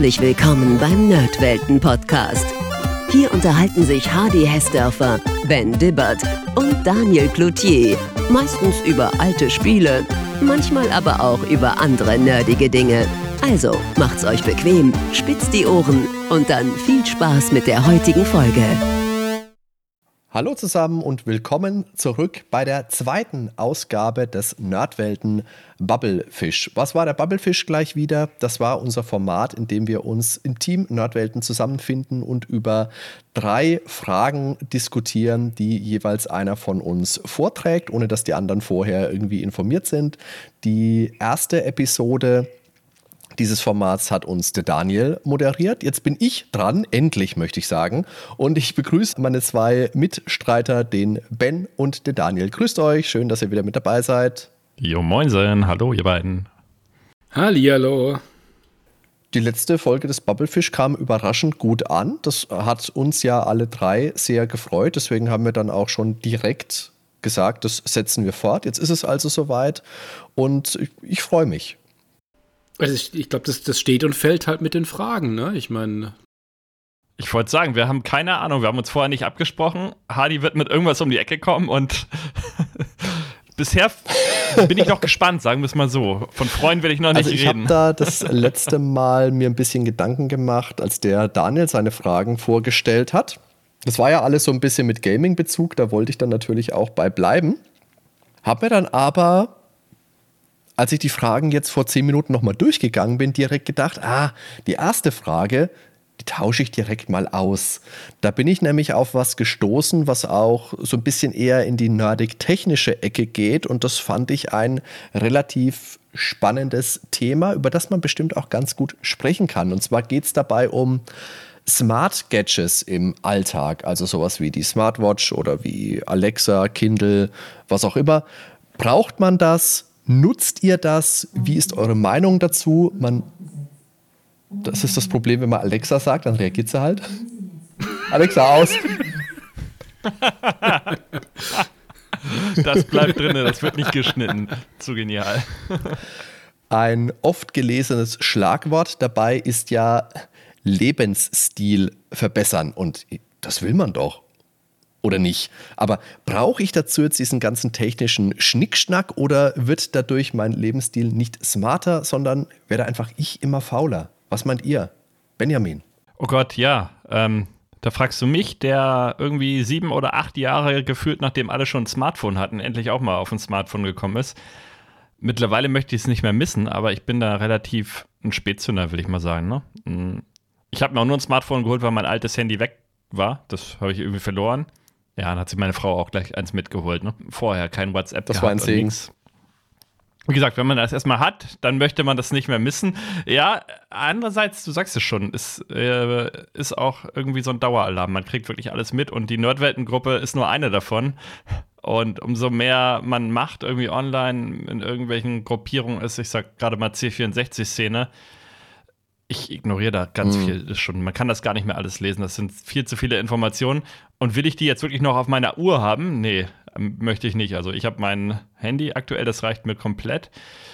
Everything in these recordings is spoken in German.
Herzlich willkommen beim Nerdwelten-Podcast. Hier unterhalten sich Hardy Hessdörfer, Ben Dibbert und Daniel Cloutier. Meistens über alte Spiele, manchmal aber auch über andere nerdige Dinge. Also macht's euch bequem, spitzt die Ohren und dann viel Spaß mit der heutigen Folge. Hallo zusammen und willkommen zurück bei der zweiten Ausgabe des Nerdwelten Bubblefish. Was war der Bubblefish gleich wieder? Das war unser Format, in dem wir uns im Team Nerdwelten zusammenfinden und über 3 Fragen diskutieren, die jeweils einer von uns vorträgt, ohne dass die anderen vorher irgendwie informiert sind. Die erste Episode dieses Formats hat uns der Daniel moderiert. Jetzt bin ich dran, endlich möchte ich sagen. Und ich begrüße meine 2 Mitstreiter, den Ben und den Daniel. Grüßt euch, schön, dass ihr wieder mit dabei seid. Jo, moinsen, hallo ihr beiden. Hallihallo. Die letzte Folge des Bubblefish kam überraschend gut an. Das hat uns ja alle 3 sehr gefreut. Deswegen haben wir dann auch schon direkt gesagt, das setzen wir fort. Jetzt ist es also soweit und ich freue mich. Also ich glaube, das steht und fällt halt mit den Fragen, ne? Ich meine. Ich wollte sagen, wir haben keine Ahnung, wir haben uns vorher nicht abgesprochen. Hardy wird mit irgendwas um die Ecke kommen und bisher bin ich noch gespannt, sagen wir es mal so. Von Freuen will ich noch nicht reden. Ich habe da das letzte Mal mir ein bisschen Gedanken gemacht, als der Daniel seine Fragen vorgestellt hat. Das war ja alles so ein bisschen mit Gaming-Bezug, da wollte ich dann natürlich auch bei bleiben. Hab mir dann aber, als ich die Fragen jetzt vor 10 Minuten nochmal durchgegangen bin, direkt gedacht, die erste Frage, die tausche ich direkt mal aus. Da bin ich nämlich auf was gestoßen, was auch so ein bisschen eher in die nerdig-technische Ecke geht. Und das fand ich ein relativ spannendes Thema, über das man bestimmt auch ganz gut sprechen kann. Und zwar geht es dabei um Smart Gadgets im Alltag, also sowas wie die Smartwatch oder wie Alexa, Kindle, was auch immer. Braucht man das? Nutzt ihr das? Wie ist eure Meinung dazu? Das ist das Problem, wenn man Alexa sagt, dann reagiert sie halt. Alexa, aus. Das bleibt drin, das wird nicht geschnitten. Zu genial. Ein oft gelesenes Schlagwort dabei ist ja Lebensstil verbessern. Und das will man doch. Oder nicht. Aber brauche ich dazu jetzt diesen ganzen technischen Schnickschnack oder wird dadurch mein Lebensstil nicht smarter, sondern werde einfach ich immer fauler? Was meint ihr? Benjamin? Oh Gott, ja. Da fragst du mich, der irgendwie 7 oder 8 Jahre gefühlt, nachdem alle schon ein Smartphone hatten, endlich auch mal auf ein Smartphone gekommen ist. Mittlerweile möchte ich es nicht mehr missen, aber ich bin da relativ ein Spätzünder, will ich mal sagen. Ne? Ich habe mir auch nur ein Smartphone geholt, weil mein altes Handy weg war. Das habe ich irgendwie verloren. Ja, dann hat sich meine Frau auch gleich eins mitgeholt. Ne? Vorher kein WhatsApp das gehabt. Das war ein Segen. Wie gesagt, wenn man das erstmal hat, dann möchte man das nicht mehr missen. Ja, andererseits, du sagst es schon, es ist auch irgendwie so ein Daueralarm. Man kriegt wirklich alles mit und die Nerdwelten-Gruppe ist nur eine davon. Und umso mehr man macht, irgendwie online in irgendwelchen Gruppierungen ist, ich sag gerade mal C64-Szene, ich ignoriere da ganz viel schon. Man kann das gar nicht mehr alles lesen. Das sind viel zu viele Informationen. Und will ich die jetzt wirklich noch auf meiner Uhr haben? Nee, möchte ich nicht. Also ich habe mein Handy aktuell, das reicht mir komplett.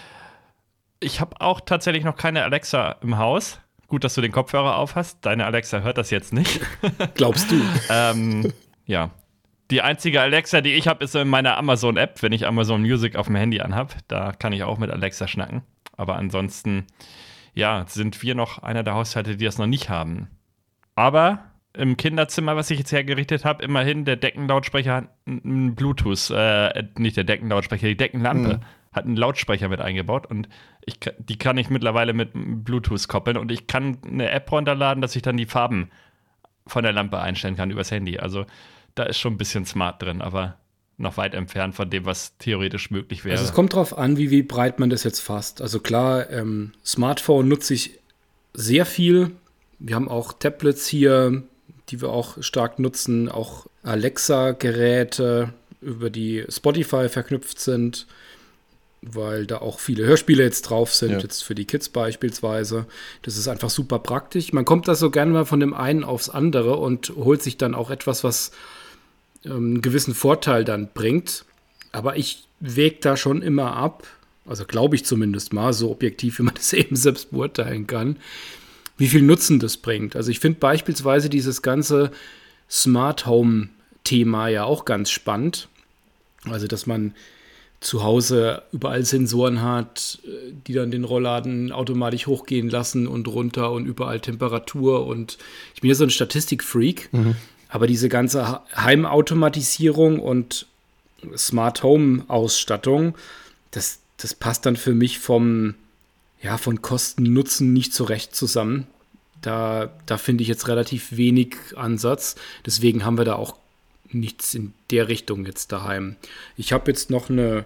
Ich habe auch tatsächlich noch keine Alexa im Haus. Gut, dass du den Kopfhörer auf hast. Deine Alexa hört das jetzt nicht. Glaubst du? Ja. Die einzige Alexa, die ich habe, ist in meiner Amazon-App, wenn ich Amazon Music auf dem Handy anhab. Da kann ich auch mit Alexa schnacken. Aber ansonsten, ja, sind wir noch einer der Haushalte, die das noch nicht haben. Aber im Kinderzimmer, was ich jetzt hergerichtet habe, immerhin der Deckenlautsprecher hat einen Bluetooth, nicht der Deckenlautsprecher, die Deckenlampe hat einen Lautsprecher mit eingebaut und die kann ich mittlerweile mit Bluetooth koppeln und ich kann eine App runterladen, dass ich dann die Farben von der Lampe einstellen kann übers Handy. Also da ist schon ein bisschen smart drin, aber noch weit entfernt von dem, was theoretisch möglich wäre. Also es kommt drauf an, wie breit man das jetzt fasst. Also klar, Smartphone nutze ich sehr viel. Wir haben auch Tablets hier, die wir auch stark nutzen, auch Alexa-Geräte, über die Spotify verknüpft sind, weil da auch viele Hörspiele jetzt drauf sind, jetzt für die Kids beispielsweise. Das ist einfach super praktisch. Man kommt da so gerne mal von dem einen aufs andere und holt sich dann auch etwas, was einen gewissen Vorteil dann bringt. Aber ich wäge da schon immer ab, also glaube ich zumindest mal, so objektiv, wie man das eben selbst beurteilen kann, wie viel Nutzen das bringt. Also ich finde beispielsweise dieses ganze Smart Home Thema ja auch ganz spannend. Also dass man zu Hause überall Sensoren hat, die dann den Rollladen automatisch hochgehen lassen und runter und überall Temperatur. Und ich bin ja so ein Statistikfreak, aber diese ganze Heimautomatisierung und Smart Home Ausstattung, das passt dann für mich von Kosten-Nutzen nicht so recht zusammen. Da finde ich jetzt relativ wenig Ansatz. Deswegen haben wir da auch nichts in der Richtung jetzt daheim. Ich habe jetzt noch eine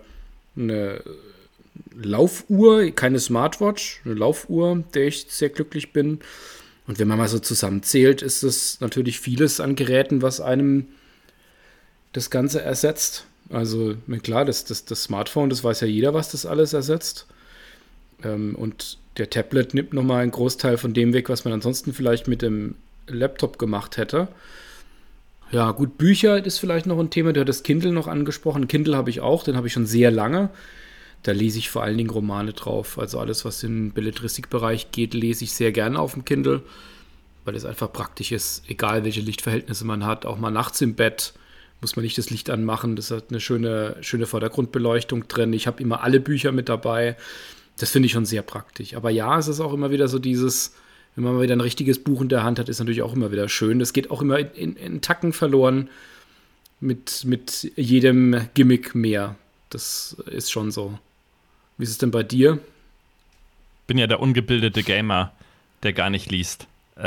Laufuhr, keine Smartwatch, eine Laufuhr, der ich sehr glücklich bin. Und wenn man mal so zusammenzählt, ist es natürlich vieles an Geräten, was einem das Ganze ersetzt. Also klar, das Smartphone, das weiß ja jeder, was das alles ersetzt. Und der Tablet nimmt nochmal einen Großteil von dem weg, was man ansonsten vielleicht mit dem Laptop gemacht hätte. Ja, gut, Bücher ist vielleicht noch ein Thema. Du hattest Kindle noch angesprochen. Kindle habe ich auch, den habe ich schon sehr lange. Da lese ich vor allen Dingen Romane drauf. Also alles, was im Belletristikbereich geht, lese ich sehr gerne auf dem Kindle, weil es einfach praktisch ist, egal welche Lichtverhältnisse man hat. Auch mal nachts im Bett muss man nicht das Licht anmachen. Das hat eine schöne Vordergrundbeleuchtung drin. Ich habe immer alle Bücher mit dabei. Das finde ich schon sehr praktisch. Aber ja, es ist auch immer wieder so dieses, wenn man mal wieder ein richtiges Buch in der Hand hat, ist natürlich auch immer wieder schön. Das geht auch immer in Tacken verloren mit jedem Gimmick mehr. Das ist schon so. Wie ist es denn bei dir? Bin ja der ungebildete Gamer, der gar nicht liest.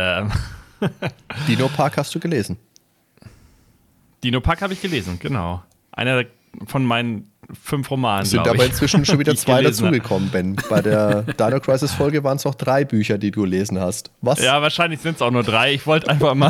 Dino Park hast du gelesen. Dino Park habe ich gelesen, genau. Einer von meinen 5 Romanen, Es sind aber inzwischen schon wieder 2 dazugekommen, Ben. Bei der Dino Crisis Folge waren es noch 3 Bücher, die du gelesen hast. Was? Ja, wahrscheinlich sind es auch nur 3. Ich wollte einfach mal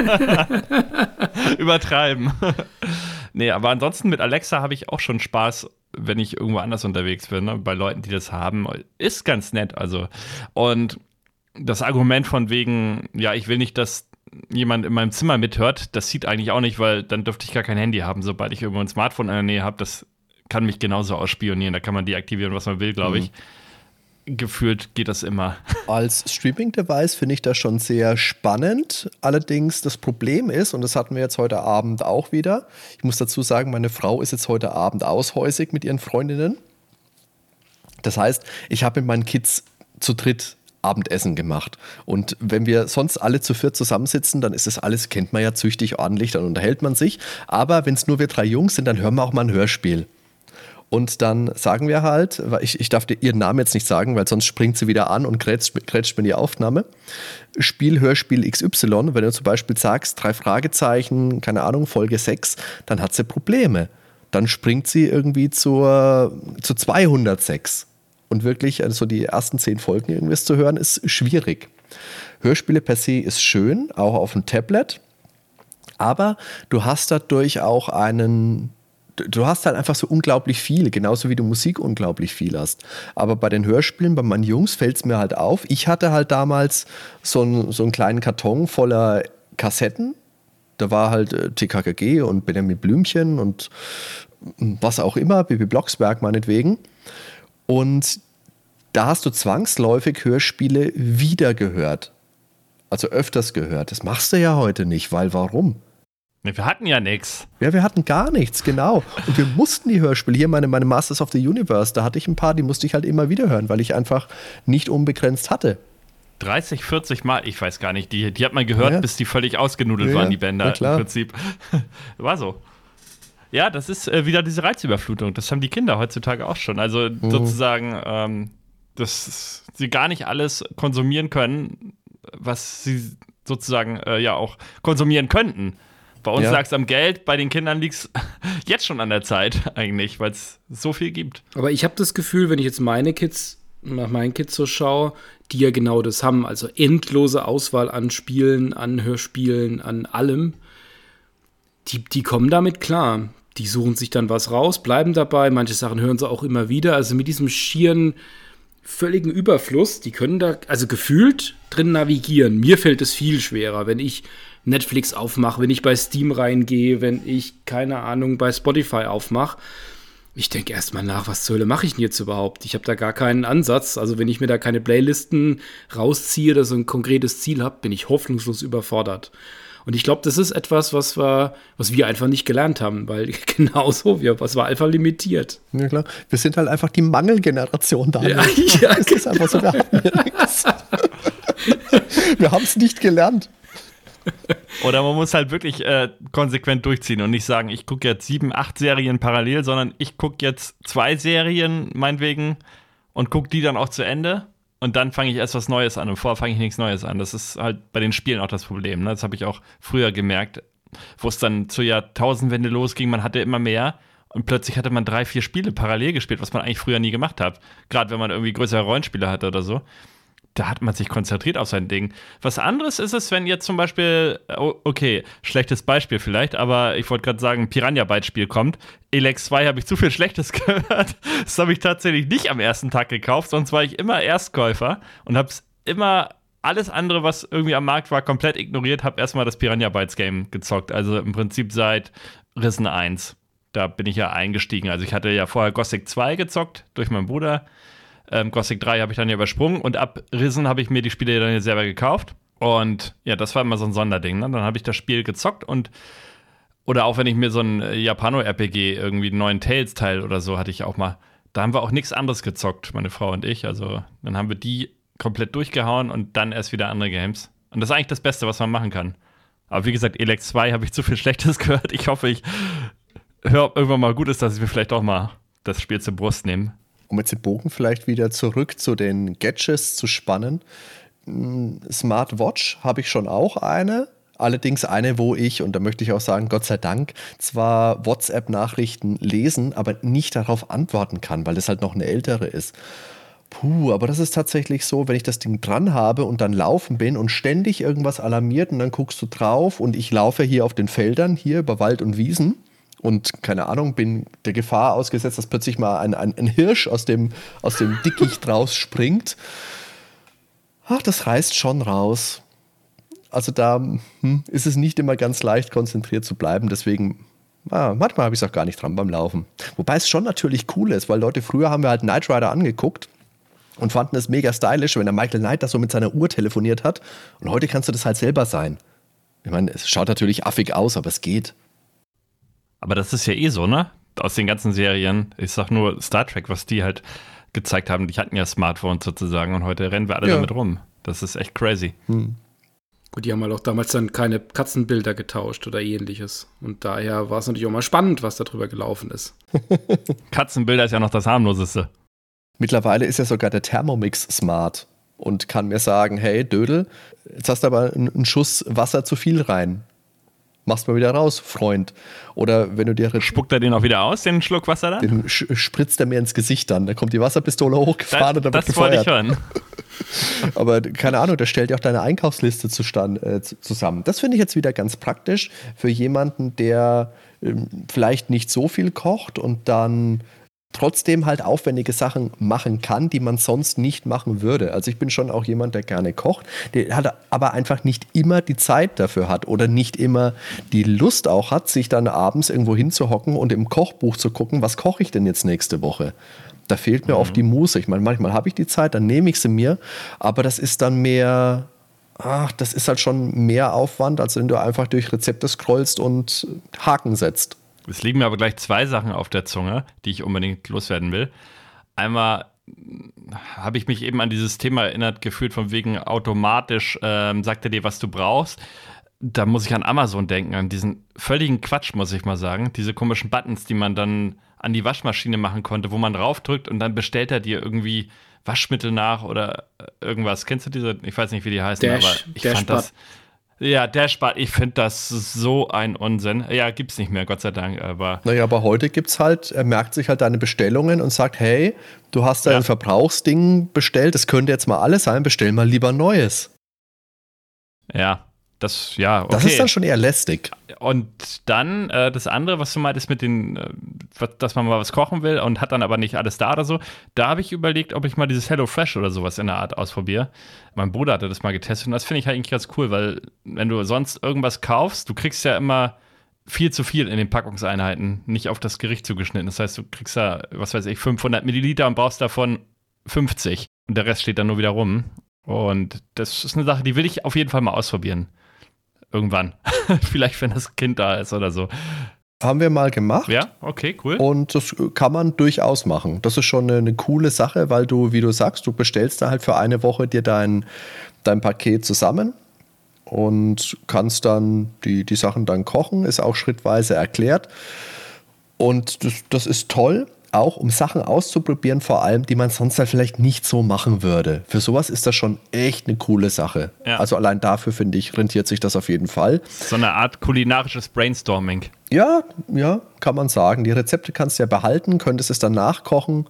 übertreiben. Nee, aber ansonsten mit Alexa habe ich auch schon Spaß, wenn ich irgendwo anders unterwegs bin, ne? Bei Leuten, die das haben. Ist ganz nett, also. Und das Argument von wegen, ja, ich will nicht, dass jemand in meinem Zimmer mithört, das sieht eigentlich auch nicht, weil dann dürfte ich gar kein Handy haben, sobald ich irgendwo ein Smartphone in der Nähe habe. Das kann mich genauso ausspionieren. Da kann man deaktivieren, was man will, glaube ich. Gefühlt geht das immer. Als Streaming-Device finde ich das schon sehr spannend. Allerdings das Problem ist, und das hatten wir jetzt heute Abend auch wieder, ich muss dazu sagen, meine Frau ist jetzt heute Abend aushäusig mit ihren Freundinnen. Das heißt, ich habe mit meinen Kids zu dritt Abendessen gemacht. Und wenn wir sonst alle zu viert zusammensitzen, dann ist das alles, kennt man ja, züchtig, ordentlich, dann unterhält man sich. Aber wenn es nur wir 3 Jungs sind, dann hören wir auch mal ein Hörspiel. Und dann sagen wir halt, weil ich darf dir ihren Namen jetzt nicht sagen, weil sonst springt sie wieder an und grätscht mir in die Aufnahme. Hörspiel XY, wenn du zum Beispiel sagst, 3 Fragezeichen, keine Ahnung, Folge 6, dann hat sie Probleme. Dann springt sie irgendwie zu 206. Und wirklich, also die ersten 10 Folgen irgendwas zu hören, ist schwierig. Hörspiele per se ist schön, auch auf dem Tablet. Aber du hast dadurch auch du hast halt einfach so unglaublich viel, genauso wie du Musik unglaublich viel hast. Aber bei den Hörspielen, bei meinen Jungs fällt es mir halt auf. Ich hatte halt damals so einen kleinen Karton voller Kassetten. Da war halt TKKG und Benjamin Blümchen und was auch immer, Bibi Blocksberg meinetwegen. Und da hast du zwangsläufig Hörspiele wieder gehört. Also öfters gehört. Das machst du ja heute nicht, weil warum? Wir hatten ja nichts. Ja, wir hatten gar nichts, genau. Und wir mussten die Hörspiele, hier meine Masters of the Universe, da hatte ich ein paar, die musste ich halt immer wieder hören, weil ich einfach nicht unbegrenzt hatte. 30, 40 Mal, ich weiß gar nicht, die hat man gehört, bis die völlig ausgenudelt waren, die Bänder im Prinzip. War so. Ja, das ist wieder diese Reizüberflutung. Das haben die Kinder heutzutage auch schon. Also sozusagen, dass sie gar nicht alles konsumieren können, was sie sozusagen ja auch konsumieren könnten. Bei uns lag es am Geld, bei den Kindern liegt es jetzt schon an der Zeit eigentlich, weil es so viel gibt. Aber ich habe das Gefühl, wenn ich jetzt nach meinen Kids so schaue, die ja genau das haben, also endlose Auswahl an Spielen, an Hörspielen, an allem, die kommen damit klar. Die suchen sich dann was raus, bleiben dabei, manche Sachen hören sie auch immer wieder. Also mit diesem schieren, völligen Überfluss, die können da also gefühlt drin navigieren. Mir fällt es viel schwerer, wenn ich Netflix aufmache, wenn ich bei Steam reingehe, wenn ich, keine Ahnung, bei Spotify aufmache. Ich denke erstmal nach, was zur Hölle mache ich denn jetzt überhaupt? Ich habe da gar keinen Ansatz. Also wenn ich mir da keine Playlisten rausziehe, dass so ein konkretes Ziel habe, bin ich hoffnungslos überfordert. Und ich glaube, das ist etwas, was wir einfach nicht gelernt haben, weil genauso, was war einfach limitiert. Ja, klar. Wir sind halt einfach die Mangelgeneration da. Ja, das ist einfach so, wir haben hier nichts. Wir haben es nicht gelernt. Oder man muss halt wirklich konsequent durchziehen und nicht sagen, ich gucke jetzt 7, 8 Serien parallel, sondern ich gucke jetzt 2 Serien meinetwegen und gucke die dann auch zu Ende. Und dann fange ich erst was Neues an und vorher fange ich nichts Neues an. Das ist halt bei den Spielen auch das Problem. Ne? Das habe ich auch früher gemerkt, wo es dann zur Jahrtausendwende losging. Man hatte immer mehr und plötzlich hatte man 3, 4 Spiele parallel gespielt, was man eigentlich früher nie gemacht hat. Gerade wenn man irgendwie größere Rollenspiele hatte oder so. Da hat man sich konzentriert auf sein Ding. Was anderes ist es, wenn jetzt zum Beispiel, okay, schlechtes Beispiel vielleicht, aber ich wollte gerade sagen, Piranha Bytes Spiel kommt. Elex 2 habe ich zu viel Schlechtes gehört. Das habe ich tatsächlich nicht am ersten Tag gekauft, sonst war ich immer Erstkäufer und habe es immer alles andere, was irgendwie am Markt war, komplett ignoriert, habe erstmal das Piranha Bytes Game gezockt. Also im Prinzip seit Risen 1. Da bin ich ja eingestiegen. Also ich hatte ja vorher Gothic 2 gezockt durch meinen Bruder. Gothic 3 habe ich dann ja übersprungen und ab Risen habe ich mir die Spiele dann ja selber gekauft. Und ja, das war immer so ein Sonderding. Ne? Dann habe ich das Spiel gezockt oder auch wenn ich mir so ein Japano-RPG, irgendwie einen neuen Tales-Teil oder so hatte ich auch mal. Da haben wir auch nichts anderes gezockt, meine Frau und ich. Also dann haben wir die komplett durchgehauen und dann erst wieder andere Games. Und das ist eigentlich das Beste, was man machen kann. Aber wie gesagt, Elex 2 habe ich zu viel Schlechtes gehört. Ich hoffe, ich höre, ob irgendwann mal gut ist, dass ich mir vielleicht auch mal das Spiel zur Brust nehme. Um jetzt den Bogen vielleicht wieder zurück zu den Gadgets zu spannen. Smartwatch habe ich schon auch eine. Allerdings eine, wo ich, und da möchte ich auch sagen, Gott sei Dank, zwar WhatsApp-Nachrichten lesen, aber nicht darauf antworten kann, weil das halt noch eine ältere ist. Aber das ist tatsächlich so, wenn ich das Ding dran habe und dann laufen bin und ständig irgendwas alarmiert und dann guckst du drauf und ich laufe hier auf den Feldern, hier über Wald und Wiesen. Und keine Ahnung, bin der Gefahr ausgesetzt, dass plötzlich mal ein Hirsch aus dem Dickicht rausspringt. Ach, das reißt schon raus. Also da ist es nicht immer ganz leicht, konzentriert zu bleiben. Deswegen, manchmal habe ich es auch gar nicht dran beim Laufen. Wobei es schon natürlich cool ist, weil Leute, früher haben wir halt Knight Rider angeguckt und fanden es mega stylisch, wenn der Michael Knight das so mit seiner Uhr telefoniert hat. Und heute kannst du das halt selber sein. Ich meine, es schaut natürlich affig aus, aber es geht. Aber das ist ja eh so, ne? Aus den ganzen Serien. Ich sag nur Star Trek, was die halt gezeigt haben. Die hatten ja Smartphones sozusagen und heute rennen wir alle damit rum. Das ist echt crazy. Gut, die haben halt auch damals dann keine Katzenbilder getauscht oder ähnliches. Und daher war es natürlich auch mal spannend, was da drüber gelaufen ist. Katzenbilder ist ja noch das harmloseste. Mittlerweile ist ja sogar der Thermomix smart und kann mir sagen, hey Dödel, jetzt hast du aber einen Schuss Wasser zu viel rein. Mach's mal wieder raus, Freund. Oder wenn du dir... Spuckt er den auch wieder aus, den Schluck Wasser da? Den spritzt er mir ins Gesicht dann. Da kommt die Wasserpistole hochgefahren und dann wird gefeuert. Das wollte ich hören. Aber keine Ahnung, der stellt ja auch deine Einkaufsliste zusammen. Das finde ich jetzt wieder ganz praktisch für jemanden, der vielleicht nicht so viel kocht und dann trotzdem halt aufwendige Sachen machen kann, die man sonst nicht machen würde. Also ich bin schon auch jemand, der gerne kocht, der hat aber einfach nicht immer die Zeit dafür hat oder nicht immer die Lust auch hat, sich dann abends irgendwo hinzuhocken und im Kochbuch zu gucken, was koche ich denn jetzt nächste Woche? Da fehlt mir oft die Muße. Ich meine, manchmal habe ich die Zeit, dann nehme ich sie mir, aber das ist dann mehr, das ist halt schon mehr Aufwand, als wenn du einfach durch Rezepte scrollst und Haken setzt. Es liegen mir aber gleich 2 Sachen auf der Zunge, die ich unbedingt loswerden will. Einmal habe ich mich eben an dieses Thema erinnert gefühlt, von wegen automatisch sagt er dir, was du brauchst. Da muss ich an Amazon denken, an diesen völligen Quatsch, muss ich mal sagen. Diese komischen Buttons, die man dann an die Waschmaschine machen konnte, wo man draufdrückt und dann bestellt er dir irgendwie Waschmittel nach oder irgendwas. Kennst du diese? Ich weiß nicht, wie die heißen, aber ich fand das... Ja, Dashbot, ich finde das so ein Unsinn. Ja, gibt's nicht mehr, Gott sei Dank, aber... Naja, aber heute gibt's halt, er merkt sich halt deine Bestellungen und sagt, hey, du hast da ein Verbrauchsding bestellt, das könnte jetzt mal alles sein, bestell mal lieber Neues. Ja, okay. Das ist dann schon eher lästig. Und dann das andere, was du meintest mit den, dass man mal was kochen will und hat dann aber nicht alles da oder so, da habe ich überlegt, ob ich mal dieses HelloFresh oder sowas in der Art ausprobiere. Mein Bruder hatte das mal getestet und das finde ich halt eigentlich ganz cool, weil wenn du sonst irgendwas kaufst, du kriegst ja immer viel zu viel in den Packungseinheiten, nicht auf das Gericht zugeschnitten. Das heißt, du kriegst da, was weiß ich, 500 Milliliter und brauchst davon 50. Und der Rest steht dann nur wieder rum. Und das ist eine Sache, die will ich auf jeden Fall mal ausprobieren. Irgendwann. Vielleicht, wenn das Kind da ist oder so. Haben wir mal gemacht. Ja, okay, cool. Und das kann man durchaus machen. Das ist schon eine coole Sache, weil du, wie du sagst, du bestellst da halt für eine Woche dir dein Paket zusammen und kannst dann die Sachen dann kochen, ist auch schrittweise erklärt. Und das ist toll, auch um Sachen auszuprobieren, vor allem, die man sonst halt vielleicht nicht so machen würde. Für sowas ist das schon echt eine coole Sache. Ja. Also allein dafür, finde ich, rentiert sich das auf jeden Fall. So eine Art kulinarisches Brainstorming. Ja, kann man sagen. Die Rezepte kannst du ja behalten, könntest es dann nachkochen.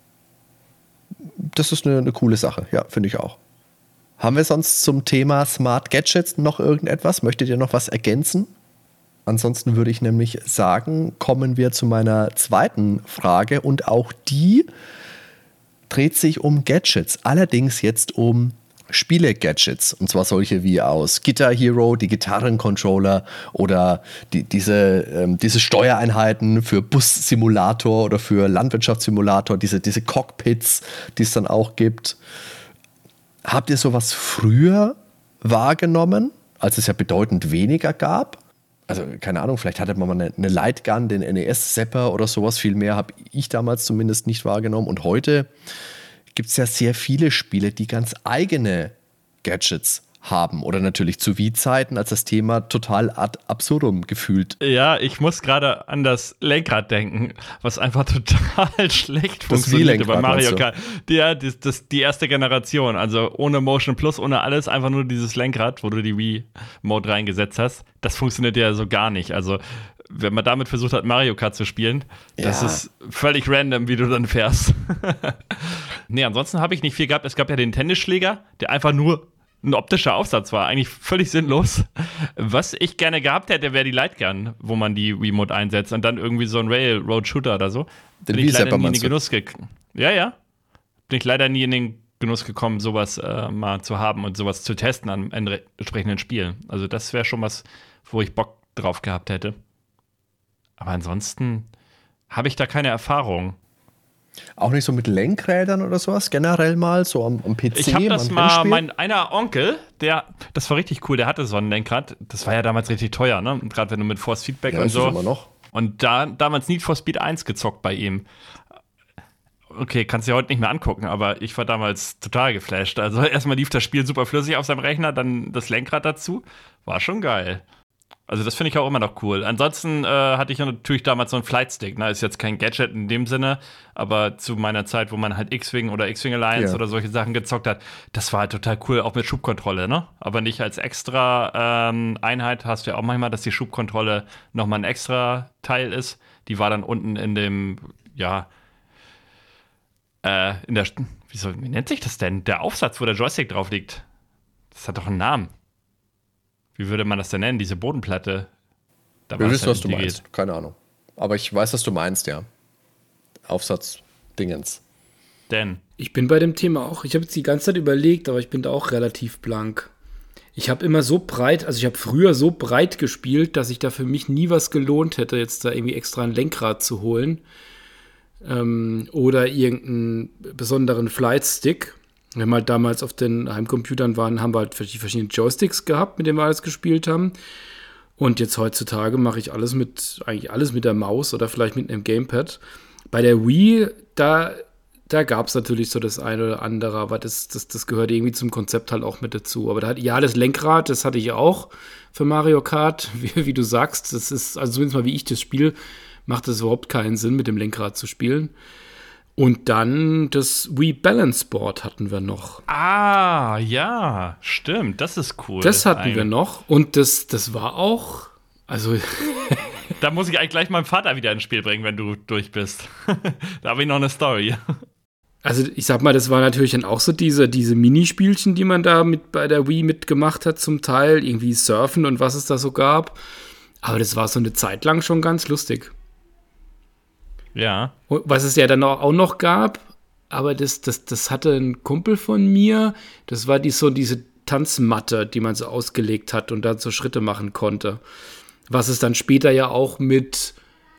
Das ist eine coole Sache, ja, finde ich auch. Haben wir sonst zum Thema Smart Gadgets noch irgendetwas? Möchtet ihr noch was ergänzen? Ansonsten würde ich nämlich sagen, kommen wir zu meiner zweiten Frage und auch die dreht sich um Gadgets, allerdings jetzt um Spiele-Gadgets, und zwar solche wie aus Guitar Hero, die Gitarrencontroller oder diese Steuereinheiten für Bus-Simulator oder für Landwirtschaftssimulator, diese Cockpits, die es dann auch gibt. Habt ihr sowas früher wahrgenommen, als es ja bedeutend weniger gab? Also keine Ahnung, vielleicht hatte man mal eine Lightgun, den NES-Zapper oder sowas. Viel mehr habe ich damals zumindest nicht wahrgenommen. Und heute gibt es ja sehr viele Spiele, die ganz eigene Gadgets haben. Oder natürlich zu Wii-Zeiten, als das Thema total ad absurdum gefühlt. Ja, ich muss gerade an das Lenkrad denken, was einfach total schlecht funktionierte bei Mario Kart. Die erste Generation, also ohne Motion Plus, ohne alles, einfach nur dieses Lenkrad, wo du die Wii-Mode reingesetzt hast. Das funktioniert ja so gar nicht. Also wenn man damit versucht hat, Mario Kart zu spielen, das ist völlig random, wie du dann fährst. Nee, ansonsten habe ich nicht viel gehabt. Es gab ja den Tennisschläger, der einfach nur ein optischer Aufsatz war, eigentlich völlig sinnlos. Was ich gerne gehabt hätte, wäre die Lightgun, wo man die Remote einsetzt und dann irgendwie so ein Railroad-Shooter oder so. Bin ich leider nie in den Genuss gekommen. Ja. Bin ich leider nie in den Genuss gekommen, sowas mal zu haben und sowas zu testen an entsprechenden Spielen. Also das wäre schon was, wo ich Bock drauf gehabt hätte. Aber ansonsten habe ich da keine Erfahrung. Auch nicht so mit Lenkrädern oder sowas, generell mal, so am PC? Ich habe das mal, einer Onkel, das war richtig cool, der hatte so ein Lenkrad. Das war ja damals richtig teuer, ne? Gerade wenn du mit Force Feedback und so. Immer noch. Und damals Need for Speed 1 gezockt bei ihm. Okay, kannst du dir heute nicht mehr angucken, aber ich war damals total geflasht. Also erstmal lief das Spiel super flüssig auf seinem Rechner, dann das Lenkrad dazu. War schon geil. Also das finde ich auch immer noch cool. Ansonsten hatte ich natürlich damals so einen Flightstick. Ne? Ist jetzt kein Gadget in dem Sinne, aber zu meiner Zeit, wo man halt X-Wing oder X-Wing Alliance oder solche Sachen gezockt hat, das war halt total cool, auch mit Schubkontrolle, ne? Aber nicht als extra Einheit. Hast du ja auch manchmal, dass die Schubkontrolle nochmal ein extra Teil ist. Die war dann unten in dem, wie nennt sich das denn? Der Aufsatz, wo der Joystick drauf liegt. Das hat doch einen Namen. Wie würde man das denn nennen, diese Bodenplatte? Ich weiß, was du meinst. Keine Ahnung. Aber ich weiß, was du meinst, ja. Aufsatz-Dingens. Denn? Ich bin bei dem Thema auch, ich habe jetzt die ganze Zeit überlegt, aber ich bin da auch relativ blank. Ich habe immer so breit, also ich habe früher so breit gespielt, dass sich da für mich nie was gelohnt hätte, jetzt da irgendwie extra ein Lenkrad zu holen. Oder irgendeinen besonderen Flightstick. Wenn wir halt damals auf den Heimcomputern waren, haben wir halt die verschiedenen Joysticks gehabt, mit denen wir alles gespielt haben. Und jetzt heutzutage mache ich eigentlich alles mit der Maus oder vielleicht mit einem Gamepad. Bei der Wii, da gab es natürlich so das eine oder andere, aber das gehört irgendwie zum Konzept halt auch mit dazu. Aber das Lenkrad, das hatte ich auch für Mario Kart, wie du sagst. Das ist, also zumindest mal wie ich das spiele, macht es überhaupt keinen Sinn, mit dem Lenkrad zu spielen. Und dann das Wii Balance Board hatten wir noch. Ah, ja, stimmt, das ist cool. Das hatten wir noch und das war auch, also da muss ich eigentlich gleich meinem Vater wieder ins Spiel bringen, wenn du durch bist. Da habe ich noch eine Story. Also ich sag mal, das war natürlich dann auch so diese Minispielchen, die man da bei der Wii mitgemacht hat zum Teil, irgendwie Surfen und was es da so gab. Aber das war so eine Zeit lang schon ganz lustig. Ja. Was es ja dann auch noch gab, aber das hatte ein Kumpel von mir, das war diese Tanzmatte, die man so ausgelegt hat und dann so Schritte machen konnte. was es dann später ja auch mit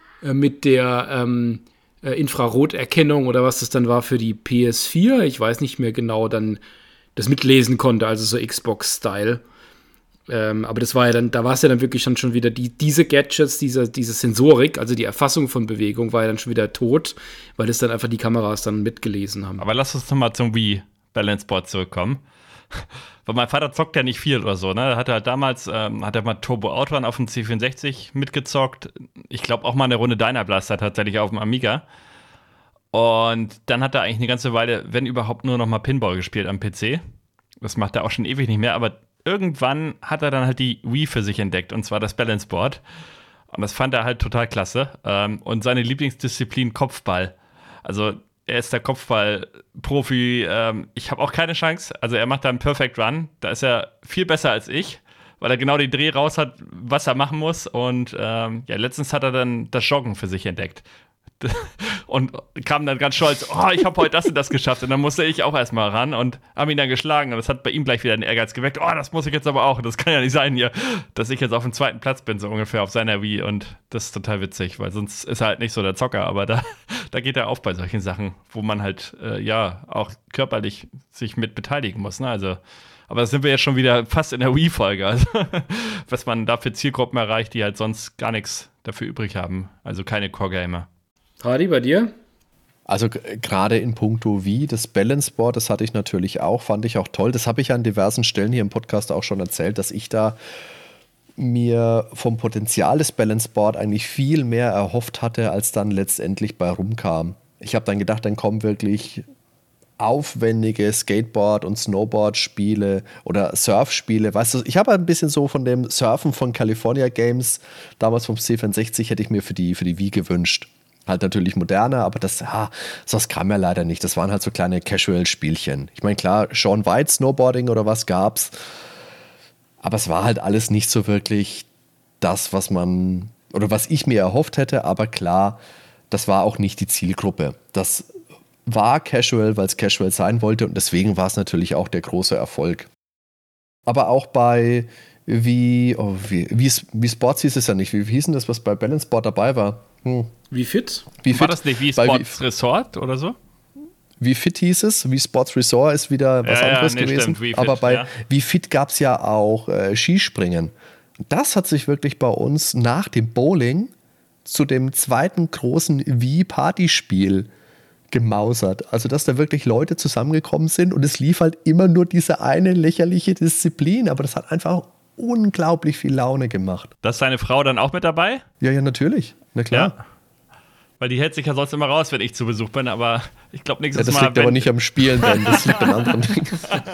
der Infraroterkennung oder was das dann war für die PS4, ich weiß nicht mehr genau, dann das mitlesen konnte, also so Xbox-Style. Aber das war ja dann, da war es ja dann wirklich schon wieder diese Gadgets, diese Sensorik, also die Erfassung von Bewegung war ja dann schon wieder tot, weil es dann einfach die Kameras dann mitgelesen haben. Aber lass uns nochmal zum Wii Balance Board zurückkommen. Weil mein Vater zockt ja nicht viel oder so, ne? Hat er halt damals, hat er mal Turbo Outrun auf dem C64 mitgezockt. Ich glaube auch mal eine Runde Dyna Blaster tatsächlich auf dem Amiga. Und dann hat er eigentlich eine ganze Weile, wenn überhaupt, nur noch mal Pinball gespielt am PC. Das macht er auch schon ewig nicht mehr, aber irgendwann hat er dann halt die Wii für sich entdeckt, und zwar das Balance Board. Und das fand er halt total klasse. Und seine Lieblingsdisziplin Kopfball. Also er ist der Kopfball-Profi. Ich habe auch keine Chance. Also er macht da einen Perfect Run. Da ist er viel besser als ich, weil er genau den Dreh raus hat, was er machen muss. Und letztens hat er dann das Joggen für sich entdeckt. Und kam dann ganz stolz, ich habe heute das und das geschafft. Und dann musste ich auch erstmal ran und habe ihn dann geschlagen. Und das hat bei ihm gleich wieder den Ehrgeiz geweckt. Das muss ich jetzt aber auch. Das kann ja nicht sein hier, dass ich jetzt auf dem 2. Platz bin, so ungefähr auf seiner Wii. Und das ist total witzig, weil sonst ist er halt nicht so der Zocker. Aber da geht er auf bei solchen Sachen, wo man halt, auch körperlich sich mit beteiligen muss. Ne? Also, aber da sind wir jetzt schon wieder fast in der Wii-Folge. Also, was man da für Zielgruppen erreicht, die halt sonst gar nichts dafür übrig haben. Also keine Core-Gamer. Hardy, bei dir? Also gerade in puncto Wii, das Balance Board, das hatte ich natürlich auch, fand ich auch toll. Das habe ich an diversen Stellen hier im Podcast auch schon erzählt, dass ich da mir vom Potenzial des Balance Board eigentlich viel mehr erhofft hatte, als dann letztendlich bei rumkam. Ich habe dann gedacht, dann kommen wirklich aufwendige Skateboard- und Snowboard-Spiele oder Surf-Spiele. Weißt du, ich habe ein bisschen so von dem Surfen von California Games, damals vom C64, hätte ich mir für die Wii gewünscht. Halt natürlich moderner, aber sowas kam ja leider nicht. Das waren halt so kleine Casual-Spielchen. Ich meine, klar, Shaun White Snowboarding oder was gab's, aber es war halt alles nicht so wirklich das, was ich mir erhofft hätte, aber klar, das war auch nicht die Zielgruppe. Das war Casual, weil es Casual sein wollte, und deswegen war es natürlich auch der große Erfolg. Aber auch bei Wii Sports hieß es ja nicht. Wie hieß denn das, was bei Balance Board dabei war? Wie fit? War das nicht Wii Sports Resort oder so? Wie fit hieß es? Wii Sports Resort ist wieder was anderes gewesen. Stimmt, aber bei Wii Fit gab es ja auch Skispringen. Das hat sich wirklich bei uns nach dem Bowling zu dem zweiten großen Wii-Partyspiel gemausert. Also, dass da wirklich Leute zusammengekommen sind und es lief halt immer nur diese eine lächerliche Disziplin, aber das hat einfach unglaublich viel Laune gemacht. Da ist deine Frau dann auch mit dabei? Ja, natürlich. Na klar. Ja. Weil die hält sich ja sonst immer raus, wenn ich zu Besuch bin, aber ich glaube nächstes Mal... Das liegt aber nicht am Spielen, denn das liegt an anderen Dingen.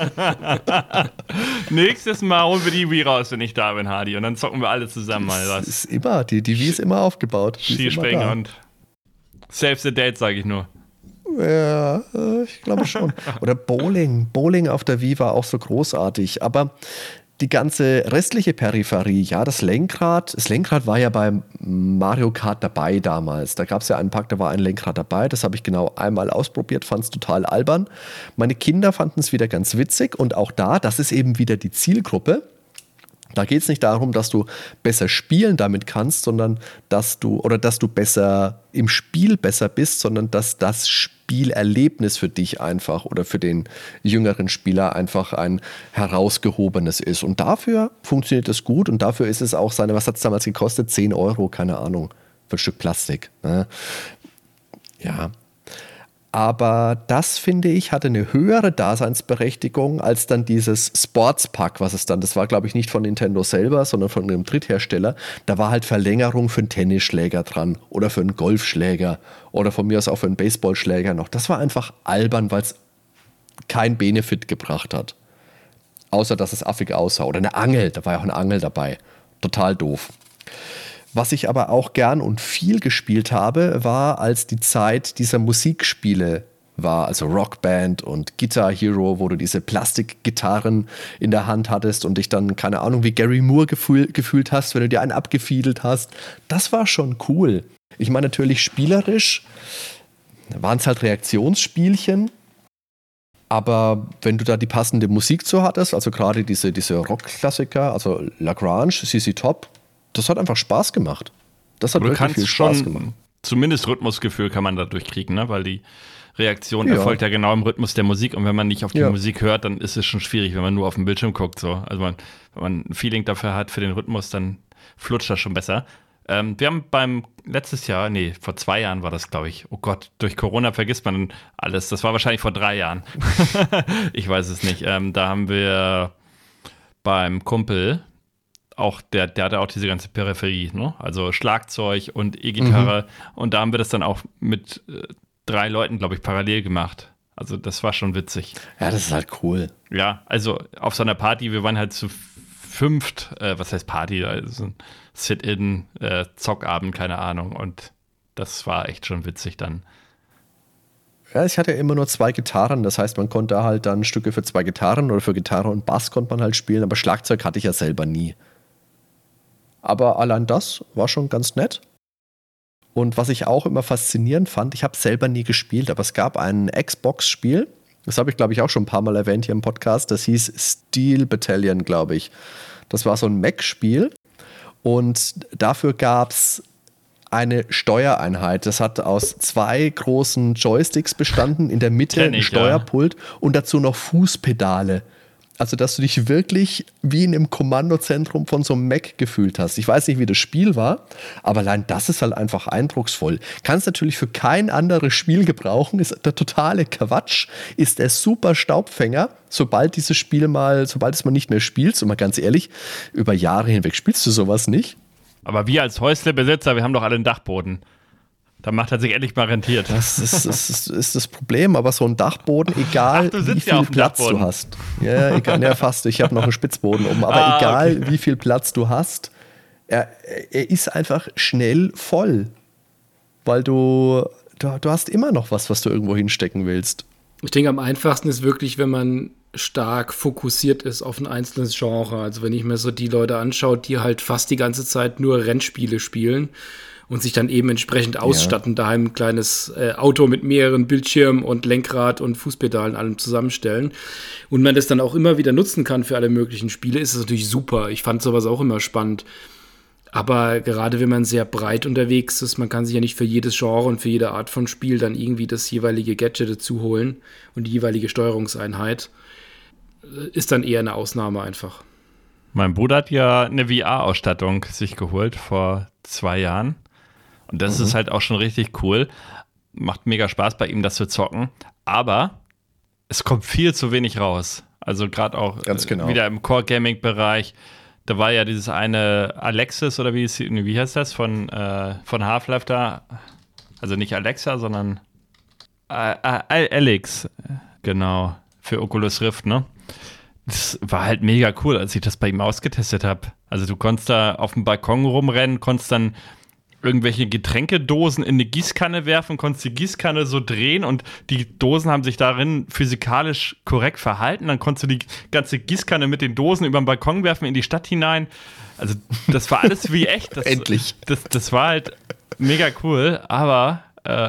Nächstes Mal holen wir die Wii raus, wenn ich da bin, Hardy, und dann zocken wir alle zusammen mal was. Das ist immer, die Wii ist immer aufgebaut. Skispringen und Save the Date, sage ich nur. Ja, ich glaube schon. Oder Bowling. Bowling auf der Wii war auch so großartig. Aber die ganze restliche Peripherie, ja, das Lenkrad war ja beim Mario Kart dabei damals. Da gab es ja einen Pack, da war ein Lenkrad dabei. Das habe ich genau einmal ausprobiert, fand es total albern. Meine Kinder fanden es wieder ganz witzig, und auch das ist eben wieder die Zielgruppe. Da geht es nicht darum, dass du besser spielen damit kannst, sondern dass du besser im Spiel besser bist, sondern dass das Spielerlebnis für dich einfach oder für den jüngeren Spieler einfach ein herausgehobenes ist. Und dafür funktioniert es gut, und dafür ist es auch was hat es damals gekostet? 10 €, keine Ahnung, für ein Stück Plastik. Ne? Ja. Aber das, finde ich, hatte eine höhere Daseinsberechtigung als dann dieses Sportspack, das war, glaube ich, nicht von Nintendo selber, sondern von einem Dritthersteller. Da war halt Verlängerung für einen Tennisschläger dran oder für einen Golfschläger oder von mir aus auch für einen Baseballschläger noch. Das war einfach albern, weil es kein Benefit gebracht hat. Außer, dass es affig aussah. Oder eine Angel, da war ja auch eine Angel dabei. Total doof. Was ich aber auch gern und viel gespielt habe, war, als die Zeit dieser Musikspiele war, also Rockband und Guitar Hero, wo du diese Plastikgitarren in der Hand hattest und dich dann, keine Ahnung, wie Gary Moore gefühlt hast, wenn du dir einen abgefiedelt hast. Das war schon cool. Ich meine, natürlich spielerisch waren es halt Reaktionsspielchen, aber wenn du da die passende Musik zu hattest, also gerade diese Rockklassiker, also Lagrange, CC Top, das hat einfach Spaß gemacht. Das hat wirklich viel Spaß gemacht. Zumindest Rhythmusgefühl kann man dadurch kriegen, ne? Weil die Reaktion erfolgt ja genau im Rhythmus der Musik und wenn man nicht auf die Musik hört, dann ist es schon schwierig, wenn man nur auf den Bildschirm guckt. So. Also wenn man ein Feeling dafür hat, für den Rhythmus, dann flutscht das schon besser. Wir haben vor 2 Jahren war das, glaube ich. Oh Gott, durch Corona vergisst man alles. Das war wahrscheinlich vor 3 Jahren. Ich weiß es nicht. Da haben wir beim Kumpel auch, der hatte auch diese ganze Peripherie, ne? Also Schlagzeug und E-Gitarre. Und da haben wir das dann auch mit 3 Leuten, glaube ich, parallel gemacht. Also das war schon witzig. Ja, das ist halt cool. Ja, also auf so einer Party, wir waren halt zu 5, was heißt Party? Also ein Sit-in, Zockabend, keine Ahnung. Und das war echt schon witzig dann. Ja, ich hatte ja immer nur 2 Gitarren. Das heißt, man konnte halt dann Stücke für 2 Gitarren oder für Gitarre und Bass konnte man halt spielen. Aber Schlagzeug hatte ich ja selber nie. Aber allein das war schon ganz nett. Und was ich auch immer faszinierend fand, ich habe selber nie gespielt, aber es gab ein Xbox-Spiel, das habe ich, glaube ich, auch schon ein paar Mal erwähnt hier im Podcast, das hieß Steel Battalion, glaube ich. Das war so ein Mech-Spiel und dafür gab es eine Steuereinheit. Das hat aus 2 großen Joysticks bestanden, in der Mitte ein Steuerpult und dazu noch Fußpedale. Also, dass du dich wirklich wie in einem Kommandozentrum von so einem Mac gefühlt hast. Ich weiß nicht, wie das Spiel war, aber allein das ist halt einfach eindrucksvoll. Kannst natürlich für kein anderes Spiel gebrauchen, ist der totale Quatsch, ist der super Staubfänger, sobald es mal nicht mehr spielst. Und mal ganz ehrlich, über Jahre hinweg spielst du sowas nicht. Aber wir als Häuslebesitzer, wir haben doch alle einen Dachboden. Da macht er sich endlich mal rentiert. Das ist das Problem, aber so ein Dachboden, egal wie viel Platz du hast. Ja, egal, ja, fast. Ich habe noch einen Spitzboden oben, aber egal wie viel Platz du hast, er ist einfach schnell voll. Weil du hast immer noch was du irgendwo hinstecken willst. Ich denke, am einfachsten ist wirklich, wenn man stark fokussiert ist auf ein einzelnes Genre. Also wenn ich mir so die Leute anschaue, die halt fast die ganze Zeit nur Rennspiele spielen und sich dann eben entsprechend ausstatten, daheim ein kleines Auto mit mehreren Bildschirmen und Lenkrad und Fußpedalen allem zusammenstellen und man das dann auch immer wieder nutzen kann für alle möglichen Spiele, ist es natürlich super. Ich fand sowas auch immer spannend. Aber gerade wenn man sehr breit unterwegs ist, man kann sich ja nicht für jedes Genre und für jede Art von Spiel dann irgendwie das jeweilige Gadget dazu holen und die jeweilige Steuerungseinheit, ist dann eher eine Ausnahme einfach. Mein Bruder hat ja eine VR-Ausstattung sich geholt vor 2 Jahren. Und das ist halt auch schon richtig cool. Macht mega Spaß bei ihm, das zu zocken. Aber es kommt viel zu wenig raus. Also gerade auch wieder im Core-Gaming-Bereich. Da war ja dieses eine Alexis oder wie heißt das von Half-Life da? Also nicht Alexa, sondern Alex. Genau. Für Oculus Rift, ne? Das war halt mega cool, als ich das bei ihm ausgetestet habe. Also du konntest da auf dem Balkon rumrennen, konntest dann irgendwelche Getränkedosen in eine Gießkanne werfen, konntest die Gießkanne so drehen und die Dosen haben sich darin physikalisch korrekt verhalten. Dann konntest du die ganze Gießkanne mit den Dosen über den Balkon werfen in die Stadt hinein. Also das war alles wie echt. Endlich. Das war halt mega cool, aber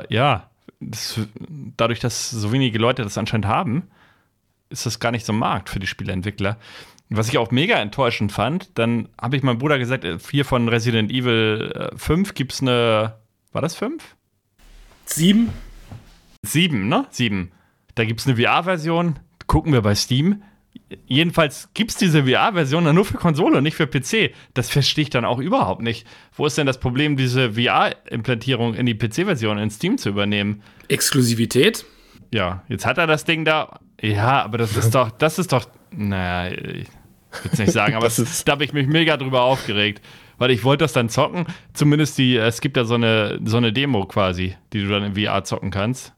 dadurch, dass so wenige Leute das anscheinend haben, ist das gar nicht so ein Markt für die Spieleentwickler. Was ich auch mega enttäuschend fand, dann habe ich meinem Bruder gesagt, hier von Resident Evil 5 gibt es eine, war das 5? 7? 7, ne? 7. Da gibt es eine VR-Version, gucken wir bei Steam. Jedenfalls gibt es diese VR-Version dann nur für Konsole und nicht für PC. Das verstehe ich dann auch überhaupt nicht. Wo ist denn das Problem, diese VR-Implementierung in die PC-Version in Steam zu übernehmen? Exklusivität? Ja, jetzt hat er das Ding da. Ja, aber das ist doch, naja, ich will es nicht sagen, aber da habe ich mich mega drüber aufgeregt, weil ich wollte das dann zocken, zumindest es gibt ja so eine Demo quasi, die du dann in VR zocken kannst,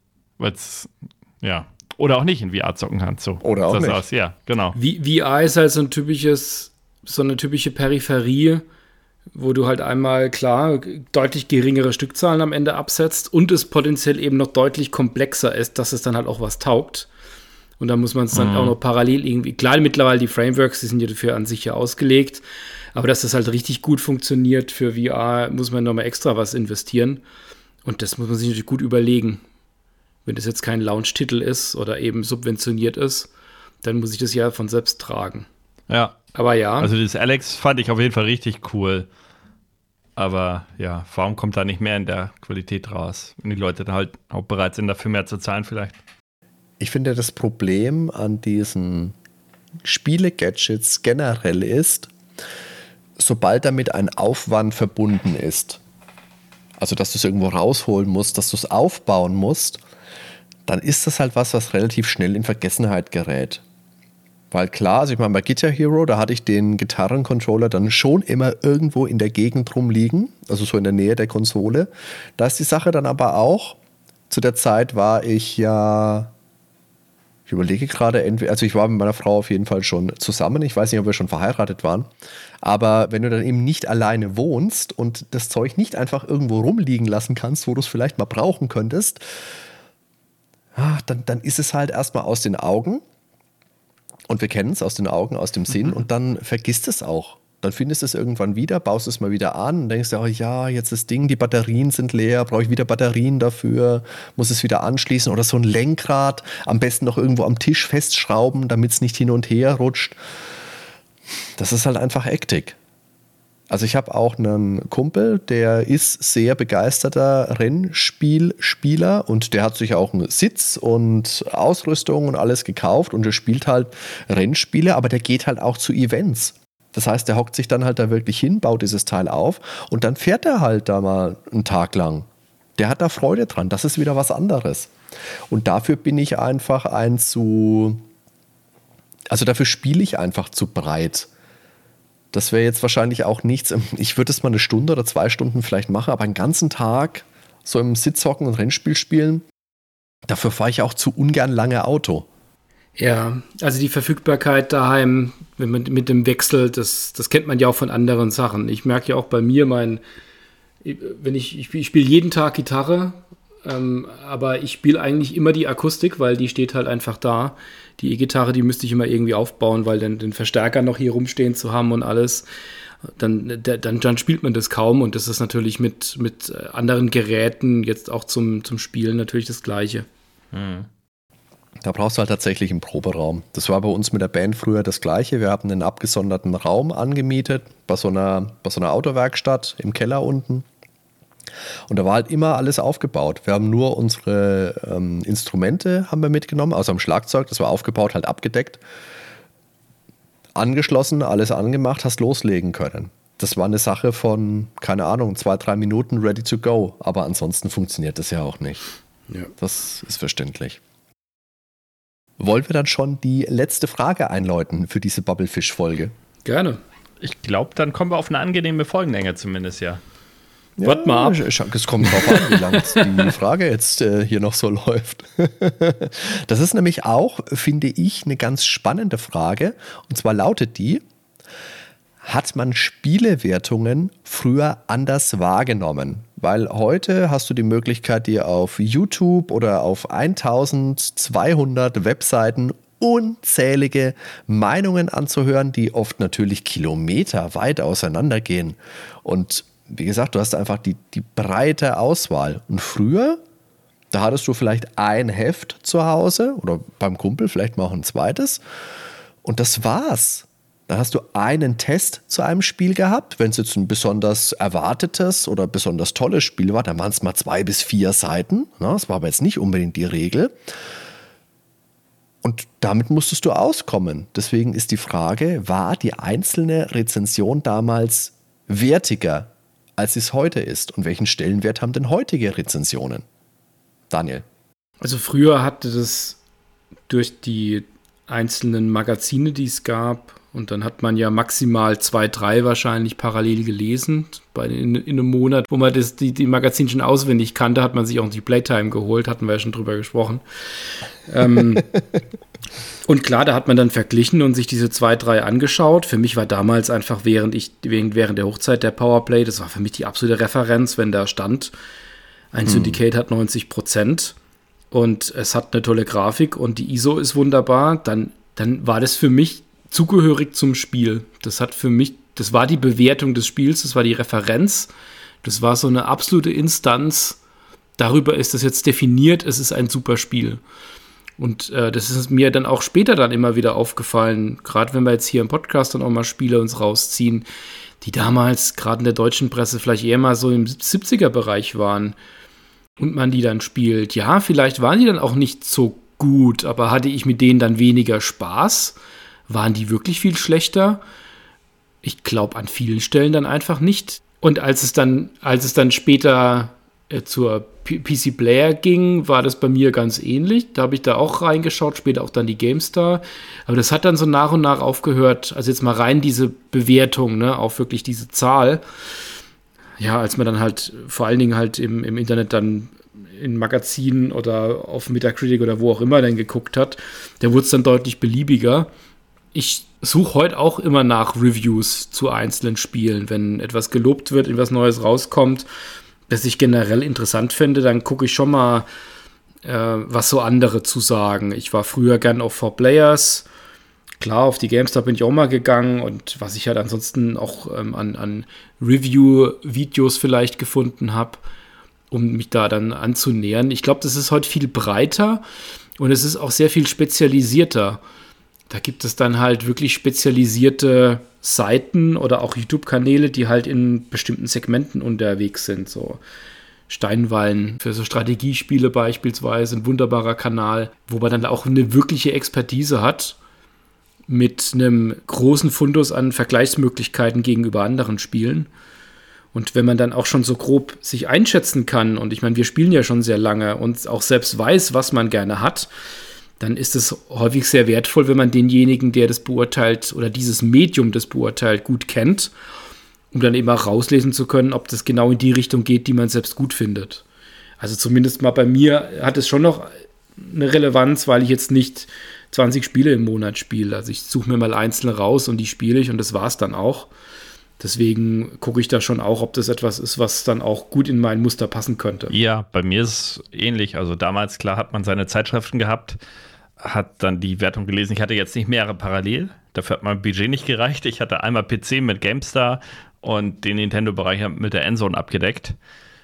oder auch nicht in VR zocken kannst, so. Oder auch nicht. Ja, genau. VR ist halt so eine typische Peripherie, wo du halt einmal, klar, deutlich geringere Stückzahlen am Ende absetzt und es potenziell eben noch deutlich komplexer ist, dass es dann halt auch was taugt. Und da muss man es dann auch noch parallel irgendwie, klar, mittlerweile die Frameworks, die sind ja dafür an sich ja ausgelegt, aber dass das halt richtig gut funktioniert für VR, muss man nochmal extra was investieren. Und das muss man sich natürlich gut überlegen. Wenn das jetzt kein Launch-Titel ist oder eben subventioniert ist, dann muss ich das ja von selbst tragen. Ja. Aber ja. Also das Alex fand ich auf jeden Fall richtig cool. Aber ja, warum kommt da nicht mehr in der Qualität raus? Wenn die Leute da halt auch bereit sind, dafür mehr zu zahlen vielleicht. Ich finde, das Problem an diesen Spiele-Gadgets generell ist, sobald damit ein Aufwand verbunden ist, also dass du es irgendwo rausholen musst, dass du es aufbauen musst, dann ist das halt was relativ schnell in Vergessenheit gerät. Weil klar, also ich meine, bei Guitar Hero, da hatte ich den Gitarrencontroller dann schon immer irgendwo in der Gegend rumliegen, also so in der Nähe der Konsole. Da ist die Sache dann aber auch, zu der Zeit war ich ja, ich überlege gerade, also ich war mit meiner Frau auf jeden Fall schon zusammen, ich weiß nicht, ob wir schon verheiratet waren, aber wenn du dann eben nicht alleine wohnst und das Zeug nicht einfach irgendwo rumliegen lassen kannst, wo du es vielleicht mal brauchen könntest, dann ist es halt erstmal aus den Augen. Und wir kennen es aus den Augen, aus dem Sinn und dann vergisst es auch. Dann findest du es irgendwann wieder, baust es mal wieder an und denkst dir, oh ja, jetzt das Ding, die Batterien sind leer, brauche ich wieder Batterien dafür, muss es wieder anschließen oder so ein Lenkrad, am besten noch irgendwo am Tisch festschrauben, damit es nicht hin und her rutscht. Das ist halt einfach Hektik. Also ich habe auch einen Kumpel, der ist sehr begeisterter Rennspielspieler und der hat sich auch einen Sitz und Ausrüstung und alles gekauft und der spielt halt Rennspiele, aber der geht halt auch zu Events. Das heißt, der hockt sich dann halt da wirklich hin, baut dieses Teil auf und dann fährt er halt da mal einen Tag lang. Der hat da Freude dran, das ist wieder was anderes. Und dafür bin ich einfach also dafür spiele ich einfach zu breit. Das wäre jetzt wahrscheinlich auch nichts. Ich würde es mal 1 Stunde oder 2 Stunden vielleicht machen, aber einen ganzen Tag so im Sitz hocken und Rennspiel spielen, dafür fahre ich auch zu ungern lange Auto. Ja, also die Verfügbarkeit daheim, wenn man mit dem Wechsel, das kennt man ja auch von anderen Sachen. Ich merke ja auch bei mir, ich spiele jeden Tag Gitarre, aber ich spiele eigentlich immer die Akustik, weil die steht halt einfach da. Die E-Gitarre, die müsste ich immer irgendwie aufbauen, weil dann den Verstärker noch hier rumstehen zu haben und alles, dann spielt man das kaum und das ist natürlich mit anderen Geräten jetzt auch zum Spielen natürlich das Gleiche. Da brauchst du halt tatsächlich einen Proberaum. Das war bei uns mit der Band früher das Gleiche. Wir haben einen abgesonderten Raum angemietet bei so einer Autowerkstatt im Keller unten. Und da war halt immer alles aufgebaut. Wir haben nur unsere Instrumente haben wir mitgenommen, außer am Schlagzeug, das war aufgebaut, halt abgedeckt. Angeschlossen, alles angemacht, hast loslegen können. Das war eine Sache von, keine Ahnung, 2-3 Minuten ready to go. Aber ansonsten funktioniert das ja auch nicht. Ja. Das ist verständlich. Wollen wir dann schon die letzte Frage einläuten für diese Bubblefish-Folge? Gerne. Ich glaube, dann kommen wir auf eine angenehme Folgenlänge zumindest, ja. Ja, warte mal ab. Es kommt drauf an, wie lange die Frage jetzt hier noch so läuft. Das ist nämlich auch, finde ich, eine ganz spannende Frage. Und zwar lautet die: Hat man Spielewertungen früher anders wahrgenommen? Weil heute hast du die Möglichkeit, dir auf YouTube oder auf 1200 Webseiten unzählige Meinungen anzuhören, die oft natürlich kilometerweit auseinandergehen. Und wie gesagt, du hast einfach die breite Auswahl. Und früher, da hattest du vielleicht ein Heft zu Hause oder beim Kumpel vielleicht mal auch ein zweites. Und das war's. Dann hast du einen Test zu einem Spiel gehabt. Wenn es jetzt ein besonders erwartetes oder besonders tolles Spiel war, dann waren es mal 2 bis 4 Seiten. Das war aber jetzt nicht unbedingt die Regel. Und damit musstest du auskommen. Deswegen ist die Frage, war die einzelne Rezension damals wertiger, als es heute ist? Und welchen Stellenwert haben denn heutige Rezensionen? Daniel? Also früher hatte das durch die einzelnen Magazine, die es gab, und dann hat man ja maximal 2, 3 wahrscheinlich parallel gelesen. In einem Monat, wo man die Magazine schon auswendig kannte, hat man sich auch die Playtime geholt, hatten wir ja schon drüber gesprochen. Und klar, da hat man dann verglichen und sich diese 2, 3 angeschaut. Für mich war damals einfach während der Hochzeit der Powerplay, das war für mich die absolute Referenz, wenn da stand, ein Syndicate hat 90% und es hat eine tolle Grafik und die ISO ist wunderbar, dann war das für mich zugehörig zum Spiel. Das war die Bewertung des Spiels, das war die Referenz, das war so eine absolute Instanz, darüber ist das jetzt definiert, es ist ein super Spiel. Und das ist mir dann auch später dann immer wieder aufgefallen, gerade wenn wir jetzt hier im Podcast dann auch mal Spiele uns rausziehen, die damals gerade in der deutschen Presse vielleicht eher mal so im 70er-Bereich waren und man die dann spielt. Ja, vielleicht waren die dann auch nicht so gut, aber hatte ich mit denen dann weniger Spaß? Waren die wirklich viel schlechter? Ich glaube an vielen Stellen dann einfach nicht. Und als es dann später zur PC Player ging, war das bei mir ganz ähnlich. Da habe ich da auch reingeschaut, später auch dann die GameStar. Aber das hat dann so nach und nach aufgehört. Also jetzt mal rein diese Bewertung, ne, auf wirklich diese Zahl. Ja, als man dann halt vor allen Dingen halt im Internet dann in Magazinen oder auf Metacritic oder wo auch immer dann geguckt hat, da wurde es dann deutlich beliebiger. Ich suche heute auch immer nach Reviews zu einzelnen Spielen. Wenn etwas gelobt wird, etwas Neues rauskommt, das ich generell interessant finde, dann gucke ich schon mal, was so andere zu sagen. Ich war früher gern auf 4Players. Klar, auf die GameStar bin ich auch mal gegangen und was ich halt ansonsten auch an Review-Videos vielleicht gefunden habe, um mich da dann anzunähern. Ich glaube, das ist heute viel breiter und es ist auch sehr viel spezialisierter. Da gibt es dann halt wirklich spezialisierte Seiten oder auch YouTube-Kanäle, die halt in bestimmten Segmenten unterwegs sind. So Steinwallen für so Strategiespiele beispielsweise, ein wunderbarer Kanal, wo man dann auch eine wirkliche Expertise hat mit einem großen Fundus an Vergleichsmöglichkeiten gegenüber anderen Spielen. Und wenn man dann auch schon so grob sich einschätzen kann, und ich meine, wir spielen ja schon sehr lange und auch selbst weiß, was man gerne hat, dann ist es häufig sehr wertvoll, wenn man denjenigen, der das beurteilt oder dieses Medium, das beurteilt, gut kennt, um dann eben auch rauslesen zu können, ob das genau in die Richtung geht, die man selbst gut findet. Also zumindest mal bei mir hat es schon noch eine Relevanz, weil ich jetzt nicht 20 Spiele im Monat spiele. Also ich suche mir mal einzelne raus und die spiele ich und das war's dann auch. Deswegen gucke ich da schon auch, ob das etwas ist, was dann auch gut in mein Muster passen könnte. Ja, bei mir ist es ähnlich. Also damals, klar, hat man seine Zeitschriften gehabt, hat dann die Wertung gelesen. Ich hatte jetzt nicht mehrere parallel. Dafür hat mein Budget nicht gereicht. Ich hatte einmal PC mit GameStar und den Nintendo-Bereich mit der Endzone abgedeckt.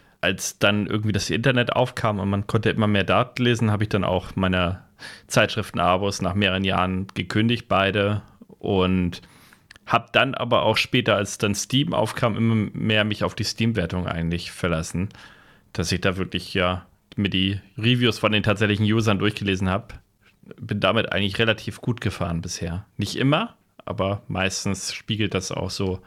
Als dann irgendwie das Internet aufkam und man konnte immer mehr Daten lesen, habe ich dann auch meine Zeitschriften-Abos nach mehreren Jahren gekündigt, beide. Und habe dann aber auch später, als dann Steam aufkam, immer mehr mich auf die Steam-Wertung eigentlich verlassen. Dass ich da wirklich mir die Reviews von den tatsächlichen Usern durchgelesen habe. Bin damit eigentlich relativ gut gefahren bisher. Nicht immer, aber meistens spiegelt das auch so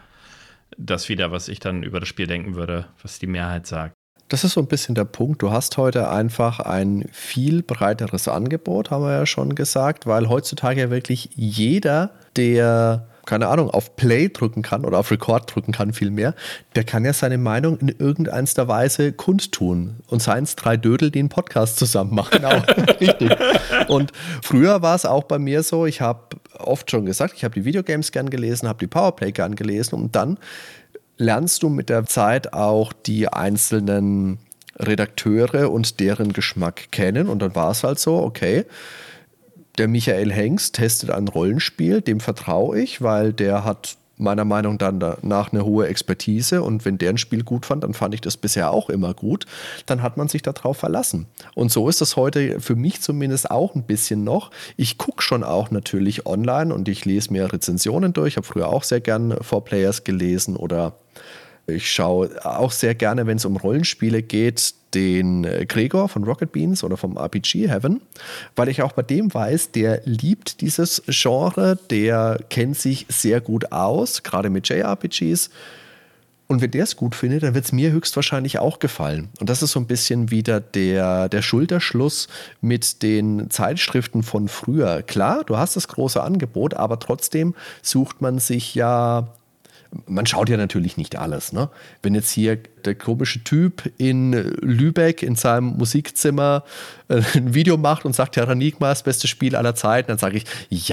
das wider, was ich dann über das Spiel denken würde, was die Mehrheit sagt. Das ist so ein bisschen der Punkt. Du hast heute einfach ein viel breiteres Angebot, haben wir ja schon gesagt, weil heutzutage ja wirklich jeder, der, keine Ahnung, auf Play drücken kann oder auf Record drücken kann vielmehr, der kann ja seine Meinung in irgendeiner Weise kundtun. Und seien es 3 Dödel, die einen Podcast zusammen machen. Genau, richtig. Und früher war es auch bei mir so, ich habe oft schon gesagt, ich habe die Videogames gern gelesen, habe die Powerplay gern gelesen und dann lernst du mit der Zeit auch die einzelnen Redakteure und deren Geschmack kennen. Und dann war es halt so, okay, der Michael Hengst testet ein Rollenspiel, dem vertraue ich, weil der hat meiner Meinung nach eine hohe Expertise und wenn der ein Spiel gut fand, dann fand ich das bisher auch immer gut, dann hat man sich darauf verlassen. Und so ist das heute für mich zumindest auch ein bisschen noch. Ich gucke schon auch natürlich online und ich lese mir Rezensionen durch. Ich habe früher auch sehr gern 4Players gelesen oder ich schaue auch sehr gerne, wenn es um Rollenspiele geht, den Gregor von Rocket Beans oder vom RPG Heaven, weil ich auch bei dem weiß, der liebt dieses Genre, der kennt sich sehr gut aus, gerade mit JRPGs. Und wenn der es gut findet, dann wird es mir höchstwahrscheinlich auch gefallen. Und das ist so ein bisschen wieder der Schulterschluss mit den Zeitschriften von früher. Klar, du hast das große Angebot, aber trotzdem sucht man sich ja. Man schaut ja natürlich nicht alles, ne? Wenn jetzt hier der komische Typ in Lübeck in seinem Musikzimmer ein Video macht und sagt, Terranigma ist das beste Spiel aller Zeiten, dann sage ich,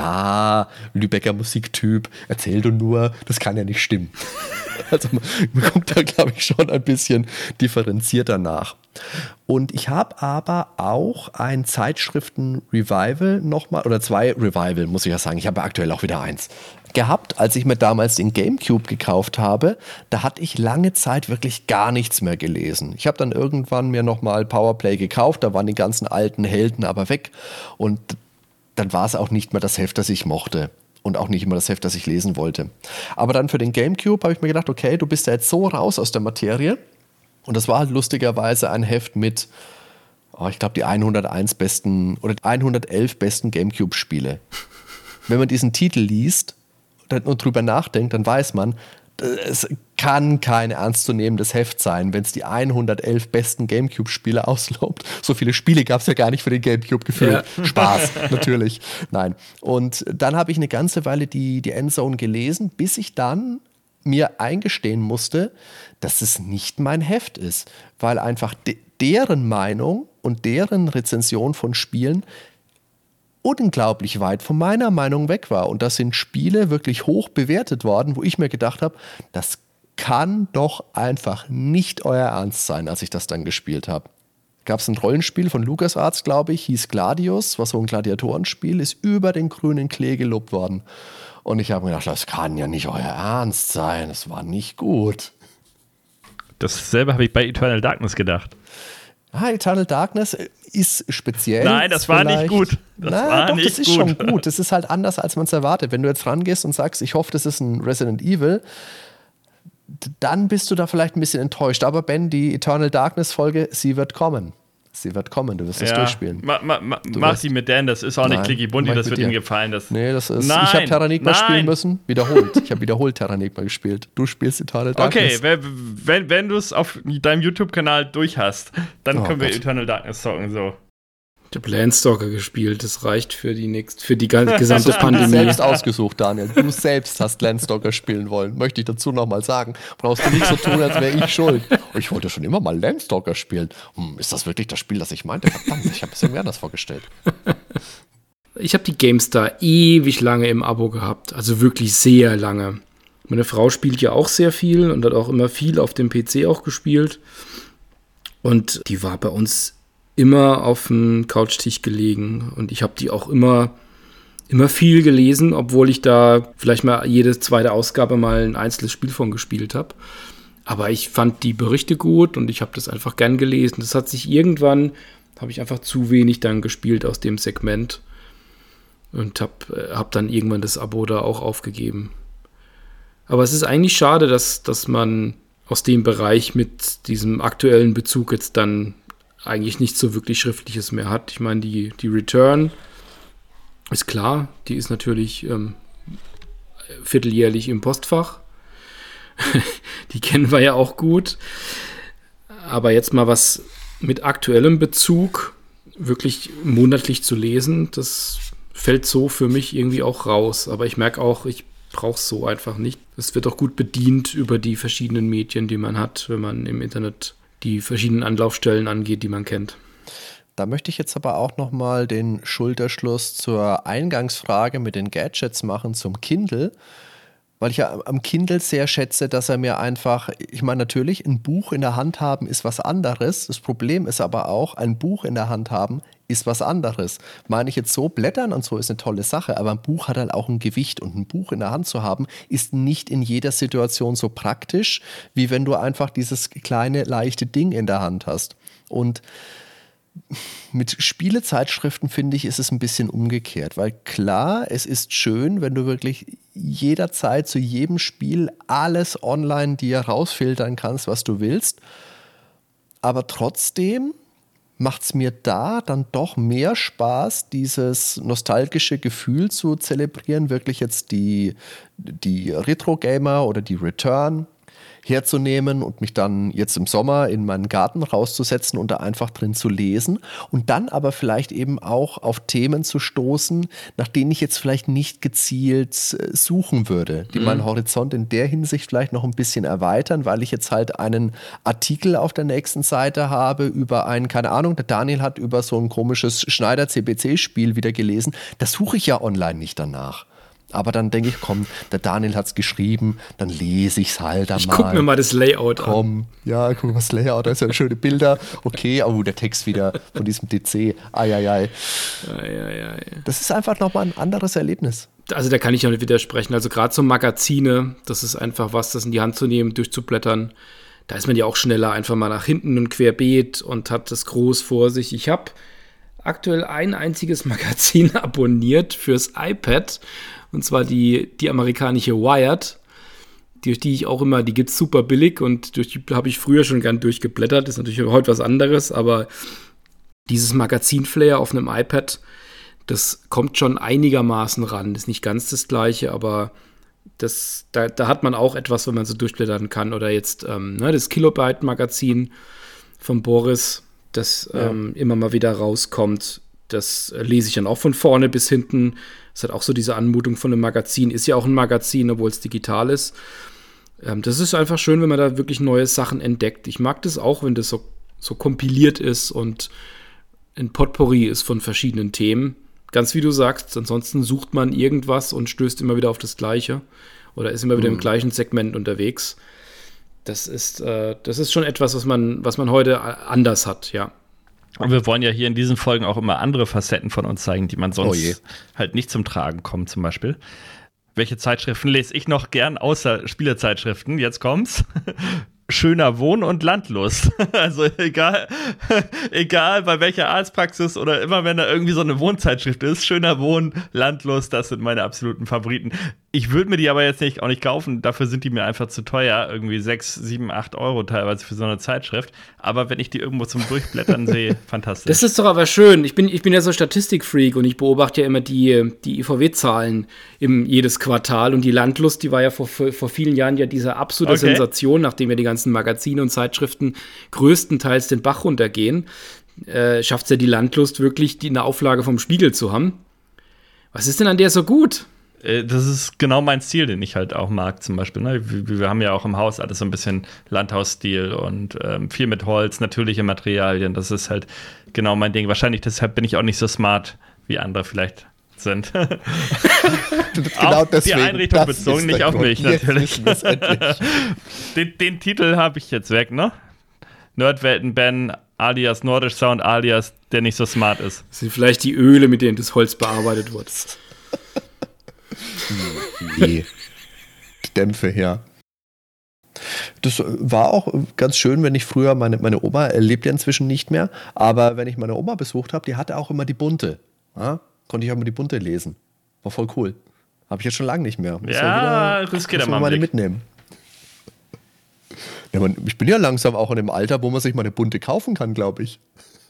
ja, Lübecker Musiktyp, erzähl du nur, das kann ja nicht stimmen. Also man guckt da, glaube ich, schon ein bisschen differenzierter nach. Und ich habe aber auch ein Zeitschriften-Revival nochmal, oder 2 Revival, muss ich ja sagen. Ich habe aktuell auch wieder eins gehabt, als ich mir damals den GameCube gekauft habe. Da hatte ich lange Zeit wirklich gar nichts mehr gelesen. Ich habe dann irgendwann mir nochmal Powerplay gekauft, da waren die ganzen alten Helden aber weg. Und dann war es auch nicht mehr das Heft, das ich mochte. und auch nicht immer das Heft, das ich lesen wollte. Aber dann für den GameCube habe ich mir gedacht, okay, du bist ja jetzt so raus aus der Materie. Und das war halt lustigerweise ein Heft mit, ich glaube, die 101 besten oder 111 besten GameCube-Spiele. Wenn man diesen Titel liest und drüber nachdenkt, dann weiß man, es kann kein ernstzunehmendes Heft sein, wenn es die 111 besten GameCube-Spiele auslobt. So viele Spiele gab es ja gar nicht für den GameCube gefühlt. Ja. Spaß, natürlich. Nein. Und dann habe ich eine ganze Weile die Endzone gelesen, bis ich dann mir eingestehen musste, dass es nicht mein Heft ist, weil einfach deren Meinung und deren Rezension von Spielen unglaublich weit von meiner Meinung weg war. Und da sind Spiele wirklich hoch bewertet worden, wo ich mir gedacht habe, das kann doch einfach nicht euer Ernst sein, als ich das dann gespielt habe. Gab es ein Rollenspiel von LucasArts, glaube ich, hieß Gladius, war so ein Gladiatorenspiel, ist über den grünen Klee gelobt worden. Und ich habe mir gedacht, das kann ja nicht euer Ernst sein, das war nicht gut. Dasselbe habe ich bei Eternal Darkness gedacht. Eternal Darkness ist speziell. Nein, das war nicht gut. Das ist schon gut. Das ist halt anders, als man es erwartet. Wenn du jetzt rangehst und sagst, ich hoffe, das ist ein Resident Evil, dann bist du da vielleicht ein bisschen enttäuscht. Aber Ben, die Eternal Darkness-Folge, sie wird kommen. Sie wird kommen, du wirst es durchspielen. Mach sie mit Dan, das ist auch nicht Clicky Bundy, das wird ihm gefallen. Nee, das ist. Ich habe Terranigma spielen müssen, wiederholt. Ich habe wiederholt Terranigma gespielt. Du spielst Eternal Darkness. Okay, wenn du es auf deinem YouTube-Kanal durch hast, dann können wir Eternal Darkness zocken, so. Ich habe Landstalker gespielt, das reicht für die gesamte Pandemie. Du selbst ausgesucht, Daniel. Du selbst hast Landstalker spielen wollen. Möchte ich dazu nochmal sagen. Brauchst du nicht so tun, als wäre ich schuld. Ich wollte schon immer mal Landstalker spielen. Ist das wirklich das Spiel, das ich meinte? Verdammt, ich habe es irgendwie anders vorgestellt. Ich habe die GameStar ewig lange im Abo gehabt. Also wirklich sehr lange. Meine Frau spielt ja auch sehr viel und hat auch immer viel auf dem PC auch gespielt. Und die war bei uns immer auf dem Couchtisch gelegen und ich habe die auch immer viel gelesen, obwohl ich da vielleicht mal jede zweite Ausgabe mal ein einzelnes Spiel von gespielt habe. Aber ich fand die Berichte gut und ich habe das einfach gern gelesen. Das hat sich irgendwann, habe ich einfach zu wenig dann gespielt aus dem Segment und hab dann irgendwann das Abo da auch aufgegeben. Aber es ist eigentlich schade, dass man aus dem Bereich mit diesem aktuellen Bezug jetzt dann eigentlich nichts so wirklich Schriftliches mehr hat. Ich meine, die Return ist klar, die ist natürlich vierteljährlich im Postfach. Die kennen wir ja auch gut. Aber jetzt mal was mit aktuellem Bezug wirklich monatlich zu lesen, das fällt so für mich irgendwie auch raus. Aber ich merke auch, ich brauche es so einfach nicht. Es wird auch gut bedient über die verschiedenen Medien, die man hat, wenn man im Internet die verschiedenen Anlaufstellen angeht, die man kennt. Da möchte ich jetzt aber auch nochmal den Schulterschluss zur Eingangsfrage mit den Gadgets machen zum Kindle, weil ich ja am Kindle sehr schätze, dass er mir einfach, ich meine natürlich, ein Buch in der Hand haben ist was anderes. Das Problem ist aber auch, ein Buch in der Hand haben ist was anderes. Meine ich jetzt so, blättern und so ist eine tolle Sache, aber ein Buch hat halt auch ein Gewicht und ein Buch in der Hand zu haben, ist nicht in jeder Situation so praktisch, wie wenn du einfach dieses kleine, leichte Ding in der Hand hast. Und mit Spielezeitschriften, finde ich, ist es ein bisschen umgekehrt, weil klar, es ist schön, wenn du wirklich jederzeit zu jedem Spiel alles online dir rausfiltern kannst, was du willst, aber trotzdem macht es mir da dann doch mehr Spaß, dieses nostalgische Gefühl zu zelebrieren, wirklich jetzt die Retro-Gamer oder die Return herzunehmen und mich dann jetzt im Sommer in meinen Garten rauszusetzen und da einfach drin zu lesen und dann aber vielleicht eben auch auf Themen zu stoßen, nach denen ich jetzt vielleicht nicht gezielt suchen würde, die meinen Horizont in der Hinsicht vielleicht noch ein bisschen erweitern, weil ich jetzt halt einen Artikel auf der nächsten Seite habe über keine Ahnung, der Daniel hat über so ein komisches Schneider-CPC-Spiel wieder gelesen, das suche ich ja online nicht danach. Aber dann denke ich, komm, der Daniel hat es geschrieben, dann lese ich es halt einmal. Ich gucke mir mal das Layout an. Ja, guck mal das Layout, da sind ja schöne Bilder. Okay, aber der Text wieder von diesem DC. Eieiei. Das ist einfach nochmal ein anderes Erlebnis. Also da kann ich auch nicht widersprechen. Also gerade so Magazine, das ist einfach was, das in die Hand zu nehmen, durchzublättern. Da ist man ja auch schneller einfach mal nach hinten und querbeet und hat das groß vor sich. Ich habe aktuell ein einziges Magazin abonniert fürs iPad Und zwar die amerikanische Wired, durch die ich auch immer, die gibt's super billig und durch die habe ich früher schon gern durchgeblättert. Das ist natürlich heute was anderes, aber dieses Magazinflayer auf einem iPad, das kommt schon einigermaßen ran. Das ist nicht ganz das Gleiche, aber da hat man auch etwas, wenn man so durchblättern kann. Oder jetzt das Kilobyte-Magazin von Boris, das immer mal wieder rauskommt. Das lese ich dann auch von vorne bis hinten. Es hat auch so diese Anmutung von einem Magazin. Ist ja auch ein Magazin, obwohl es digital ist. Das ist einfach schön, wenn man da wirklich neue Sachen entdeckt. Ich mag das auch, wenn das so kompiliert ist und ein Potpourri ist von verschiedenen Themen. Ganz wie du sagst, ansonsten sucht man irgendwas und stößt immer wieder auf das Gleiche oder ist immer wieder im gleichen Segment unterwegs. Das ist schon etwas, was man heute anders hat, ja. Und wir wollen ja hier in diesen Folgen auch immer andere Facetten von uns zeigen, die man sonst halt nicht zum Tragen kommt, zum Beispiel. Welche Zeitschriften lese ich noch gern, außer Spielezeitschriften? Jetzt kommt's. Schöner Wohn- und Landlust. Also egal bei welcher Arztpraxis oder immer wenn da irgendwie so eine Wohnzeitschrift ist, Schöner Wohn, Landlust, das sind meine absoluten Favoriten. Ich würde mir die aber jetzt auch nicht kaufen, dafür sind die mir einfach zu teuer, irgendwie 6, 7, 8 Euro teilweise für so eine Zeitschrift. Aber wenn ich die irgendwo zum Durchblättern sehe, fantastisch. Das ist doch aber schön. Ich bin ja so Statistikfreak und ich beobachte ja immer die IVW-Zahlen jedes Quartal und die Landlust, die war ja vor vielen Jahren ja diese absolute Sensation, nachdem ja die ganzen Magazine und Zeitschriften größtenteils den Bach runtergehen, schafft es ja die Landlust wirklich, eine Auflage vom Spiegel zu haben. Was ist denn an der so gut? Das ist genau mein Stil, den ich halt auch mag, zum Beispiel. Ne? Wir haben ja auch im Haus alles so ein bisschen Landhausstil und viel mit Holz, natürliche Materialien. Das ist halt genau mein Ding. Wahrscheinlich deshalb bin ich auch nicht so smart, wie andere vielleicht sind. Genau auf deswegen, die Einrichtung bezogen, nicht auf mich natürlich. Den Titel habe ich jetzt weg, ne? Nerdwelten Ben alias Nordisch Sound alias der nicht so smart ist. Das sind vielleicht die Öle, mit denen das Holz bearbeitet wird. Die Dämpfe, ja. Das war auch ganz schön, wenn ich früher, meine Oma lebt ja inzwischen nicht mehr, aber wenn ich meine Oma besucht habe, die hatte auch immer die bunte. Ja? Konnte ich auch immer die bunte lesen. War voll cool. Habe ich jetzt schon lange nicht mehr. Das geht aber mal mitnehmen. Ja, ich bin ja langsam auch in dem Alter, wo man sich mal eine bunte kaufen kann, glaube ich.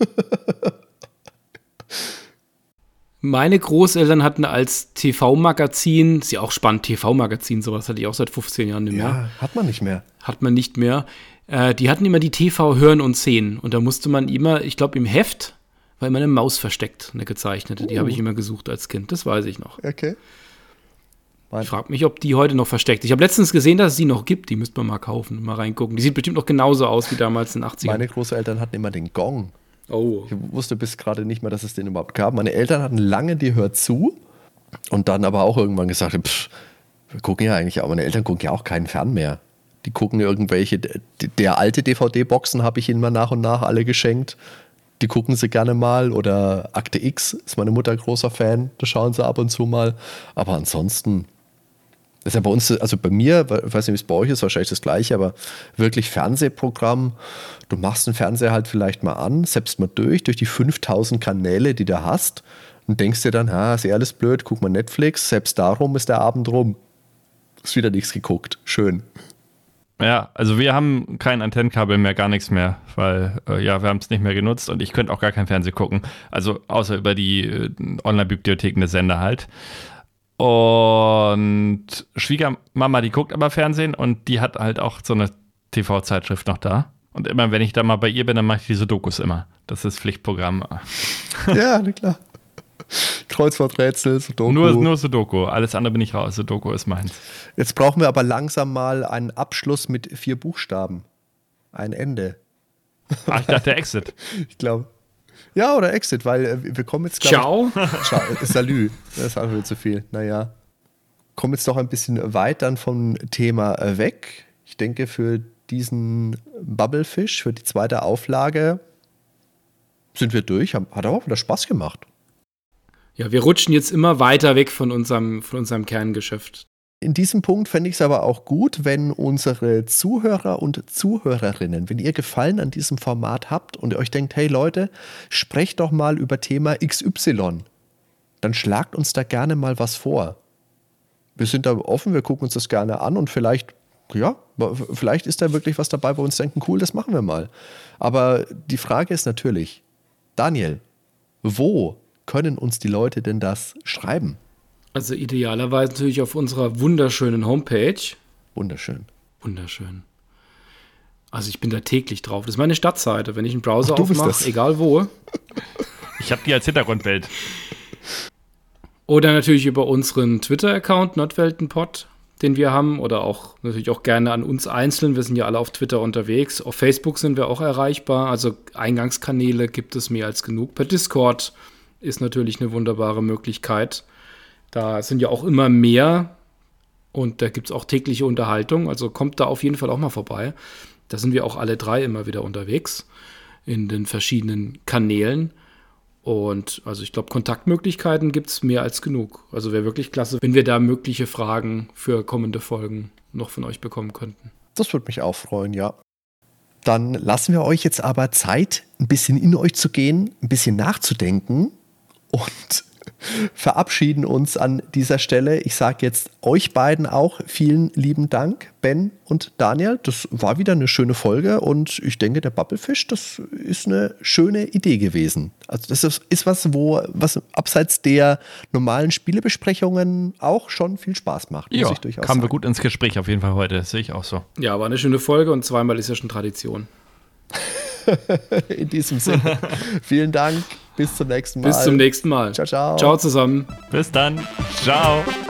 Meine Großeltern hatten als TV-Magazin, ist ja auch spannend, TV-Magazin, sowas hatte ich auch seit 15 Jahren nicht mehr. Ja, hat man nicht mehr. Hat man nicht mehr. Die hatten immer die TV Hören und Sehen. Und da musste man immer, ich glaube im Heft, war immer eine Maus versteckt, eine gezeichnete. Die habe ich immer gesucht als Kind, das weiß ich noch. Okay. Ich frage mich, ob die heute noch versteckt ist. Ich habe letztens gesehen, dass es die noch gibt. Die müsste man mal kaufen, mal reingucken. Die sieht bestimmt noch genauso aus wie damals in den 80ern. Meine Großeltern hatten immer den Gong. Oh. Ich wusste bis gerade nicht mehr, dass es den überhaupt gab. Meine Eltern hatten lange die Hör zu und dann aber auch irgendwann gesagt, wir gucken ja eigentlich, aber meine Eltern gucken ja auch keinen Fern mehr. Die gucken irgendwelche, der alte DVD-Boxen habe ich ihnen mal nach und nach alle geschenkt. Die gucken sie gerne mal oder Akte X ist meine Mutter großer Fan, da schauen sie ab und zu mal. Aber ansonsten das ist ja bei uns, also bei mir, ich weiß nicht, wie es bei euch ist, wahrscheinlich das Gleiche, aber wirklich Fernsehprogramm, du machst den Fernseher halt vielleicht mal an, selbst mal durch die 5000 Kanäle, die du hast und denkst dir dann, ist ja alles blöd, guck mal Netflix, selbst darum ist der Abend rum. Ist wieder nichts geguckt, schön. Ja, also wir haben kein Antennenkabel mehr, gar nichts mehr, weil wir haben es nicht mehr genutzt und ich könnte auch gar kein Fernsehen gucken, also außer über die Online-Bibliotheken des Sender halt. Und Schwiegermama, die guckt aber Fernsehen und die hat halt auch so eine TV-Zeitschrift noch da. Und immer, wenn ich da mal bei ihr bin, dann mache ich diese Dokus immer. Das ist Pflichtprogramm. Ja, na klar. Kreuzworträtsel, Sudoku. Nur Sudoku, alles andere bin ich raus. Sudoku ist meins. Jetzt brauchen wir aber langsam mal einen Abschluss mit 4 Buchstaben. Ein Ende. Ach, ich dachte Exit. Ich glaube. Ja, oder Exit, weil wir kommen jetzt, Ciao. Salü. Das ist auch wieder zu viel. Naja. Kommen jetzt doch ein bisschen weit dann vom Thema weg. Ich denke, für diesen Bubblefish, für die zweite Auflage sind wir durch. Hat aber auch wieder Spaß gemacht. Ja, wir rutschen jetzt immer weiter weg von unserem Kerngeschäft. In diesem Punkt fände ich es aber auch gut, wenn unsere Zuhörer und Zuhörerinnen, wenn ihr Gefallen an diesem Format habt und ihr euch denkt, hey Leute, sprecht doch mal über Thema XY, dann schlagt uns da gerne mal was vor. wir sind da offen, wir gucken uns das gerne an und vielleicht ist da wirklich was dabei, wo wir uns denken, cool, das machen wir mal. Aber die Frage ist natürlich, Daniel, wo können uns die Leute denn das schreiben? Also idealerweise natürlich auf unserer wunderschönen Homepage. Wunderschön. Also ich bin da täglich drauf. Das ist meine Stadtseite. Wenn ich einen Browser Ach, aufmache, egal wo. Ich habe die als Hintergrundbild. Oder natürlich über unseren Twitter-Account, Nerdweltenpod, den wir haben. Oder auch natürlich auch gerne an uns einzeln. Wir sind ja alle auf Twitter unterwegs. Auf Facebook sind wir auch erreichbar. Also Eingangskanäle gibt es mehr als genug. Per Discord ist natürlich eine wunderbare Möglichkeit. Da sind ja auch immer mehr. Und da gibt es auch tägliche Unterhaltung. Also kommt da auf jeden Fall auch mal vorbei. Da sind wir auch alle drei immer wieder unterwegs in den verschiedenen Kanälen. Und also ich glaube, Kontaktmöglichkeiten gibt es mehr als genug. Also wäre wirklich klasse, wenn wir da mögliche Fragen für kommende Folgen noch von euch bekommen könnten. Das würde mich auch freuen, ja. Dann lassen wir euch jetzt aber Zeit, ein bisschen in euch zu gehen, ein bisschen nachzudenken und verabschieden uns an dieser Stelle. Ich sage jetzt euch beiden auch vielen lieben Dank, Ben und Daniel. Das war wieder eine schöne Folge und ich denke, der Bubblefish, das ist eine schöne Idee gewesen. Also das ist was abseits der normalen Spielebesprechungen auch schon viel Spaß macht. Ja, kamen wir sagen. gut ins Gespräch auf jeden Fall heute. Das sehe ich auch so. Ja, war eine schöne Folge und zweimal ist ja schon Tradition. In diesem Sinne, vielen Dank. Bis zum nächsten Mal. Bis zum nächsten Mal. Ciao, ciao. Ciao zusammen. Bis dann. Ciao.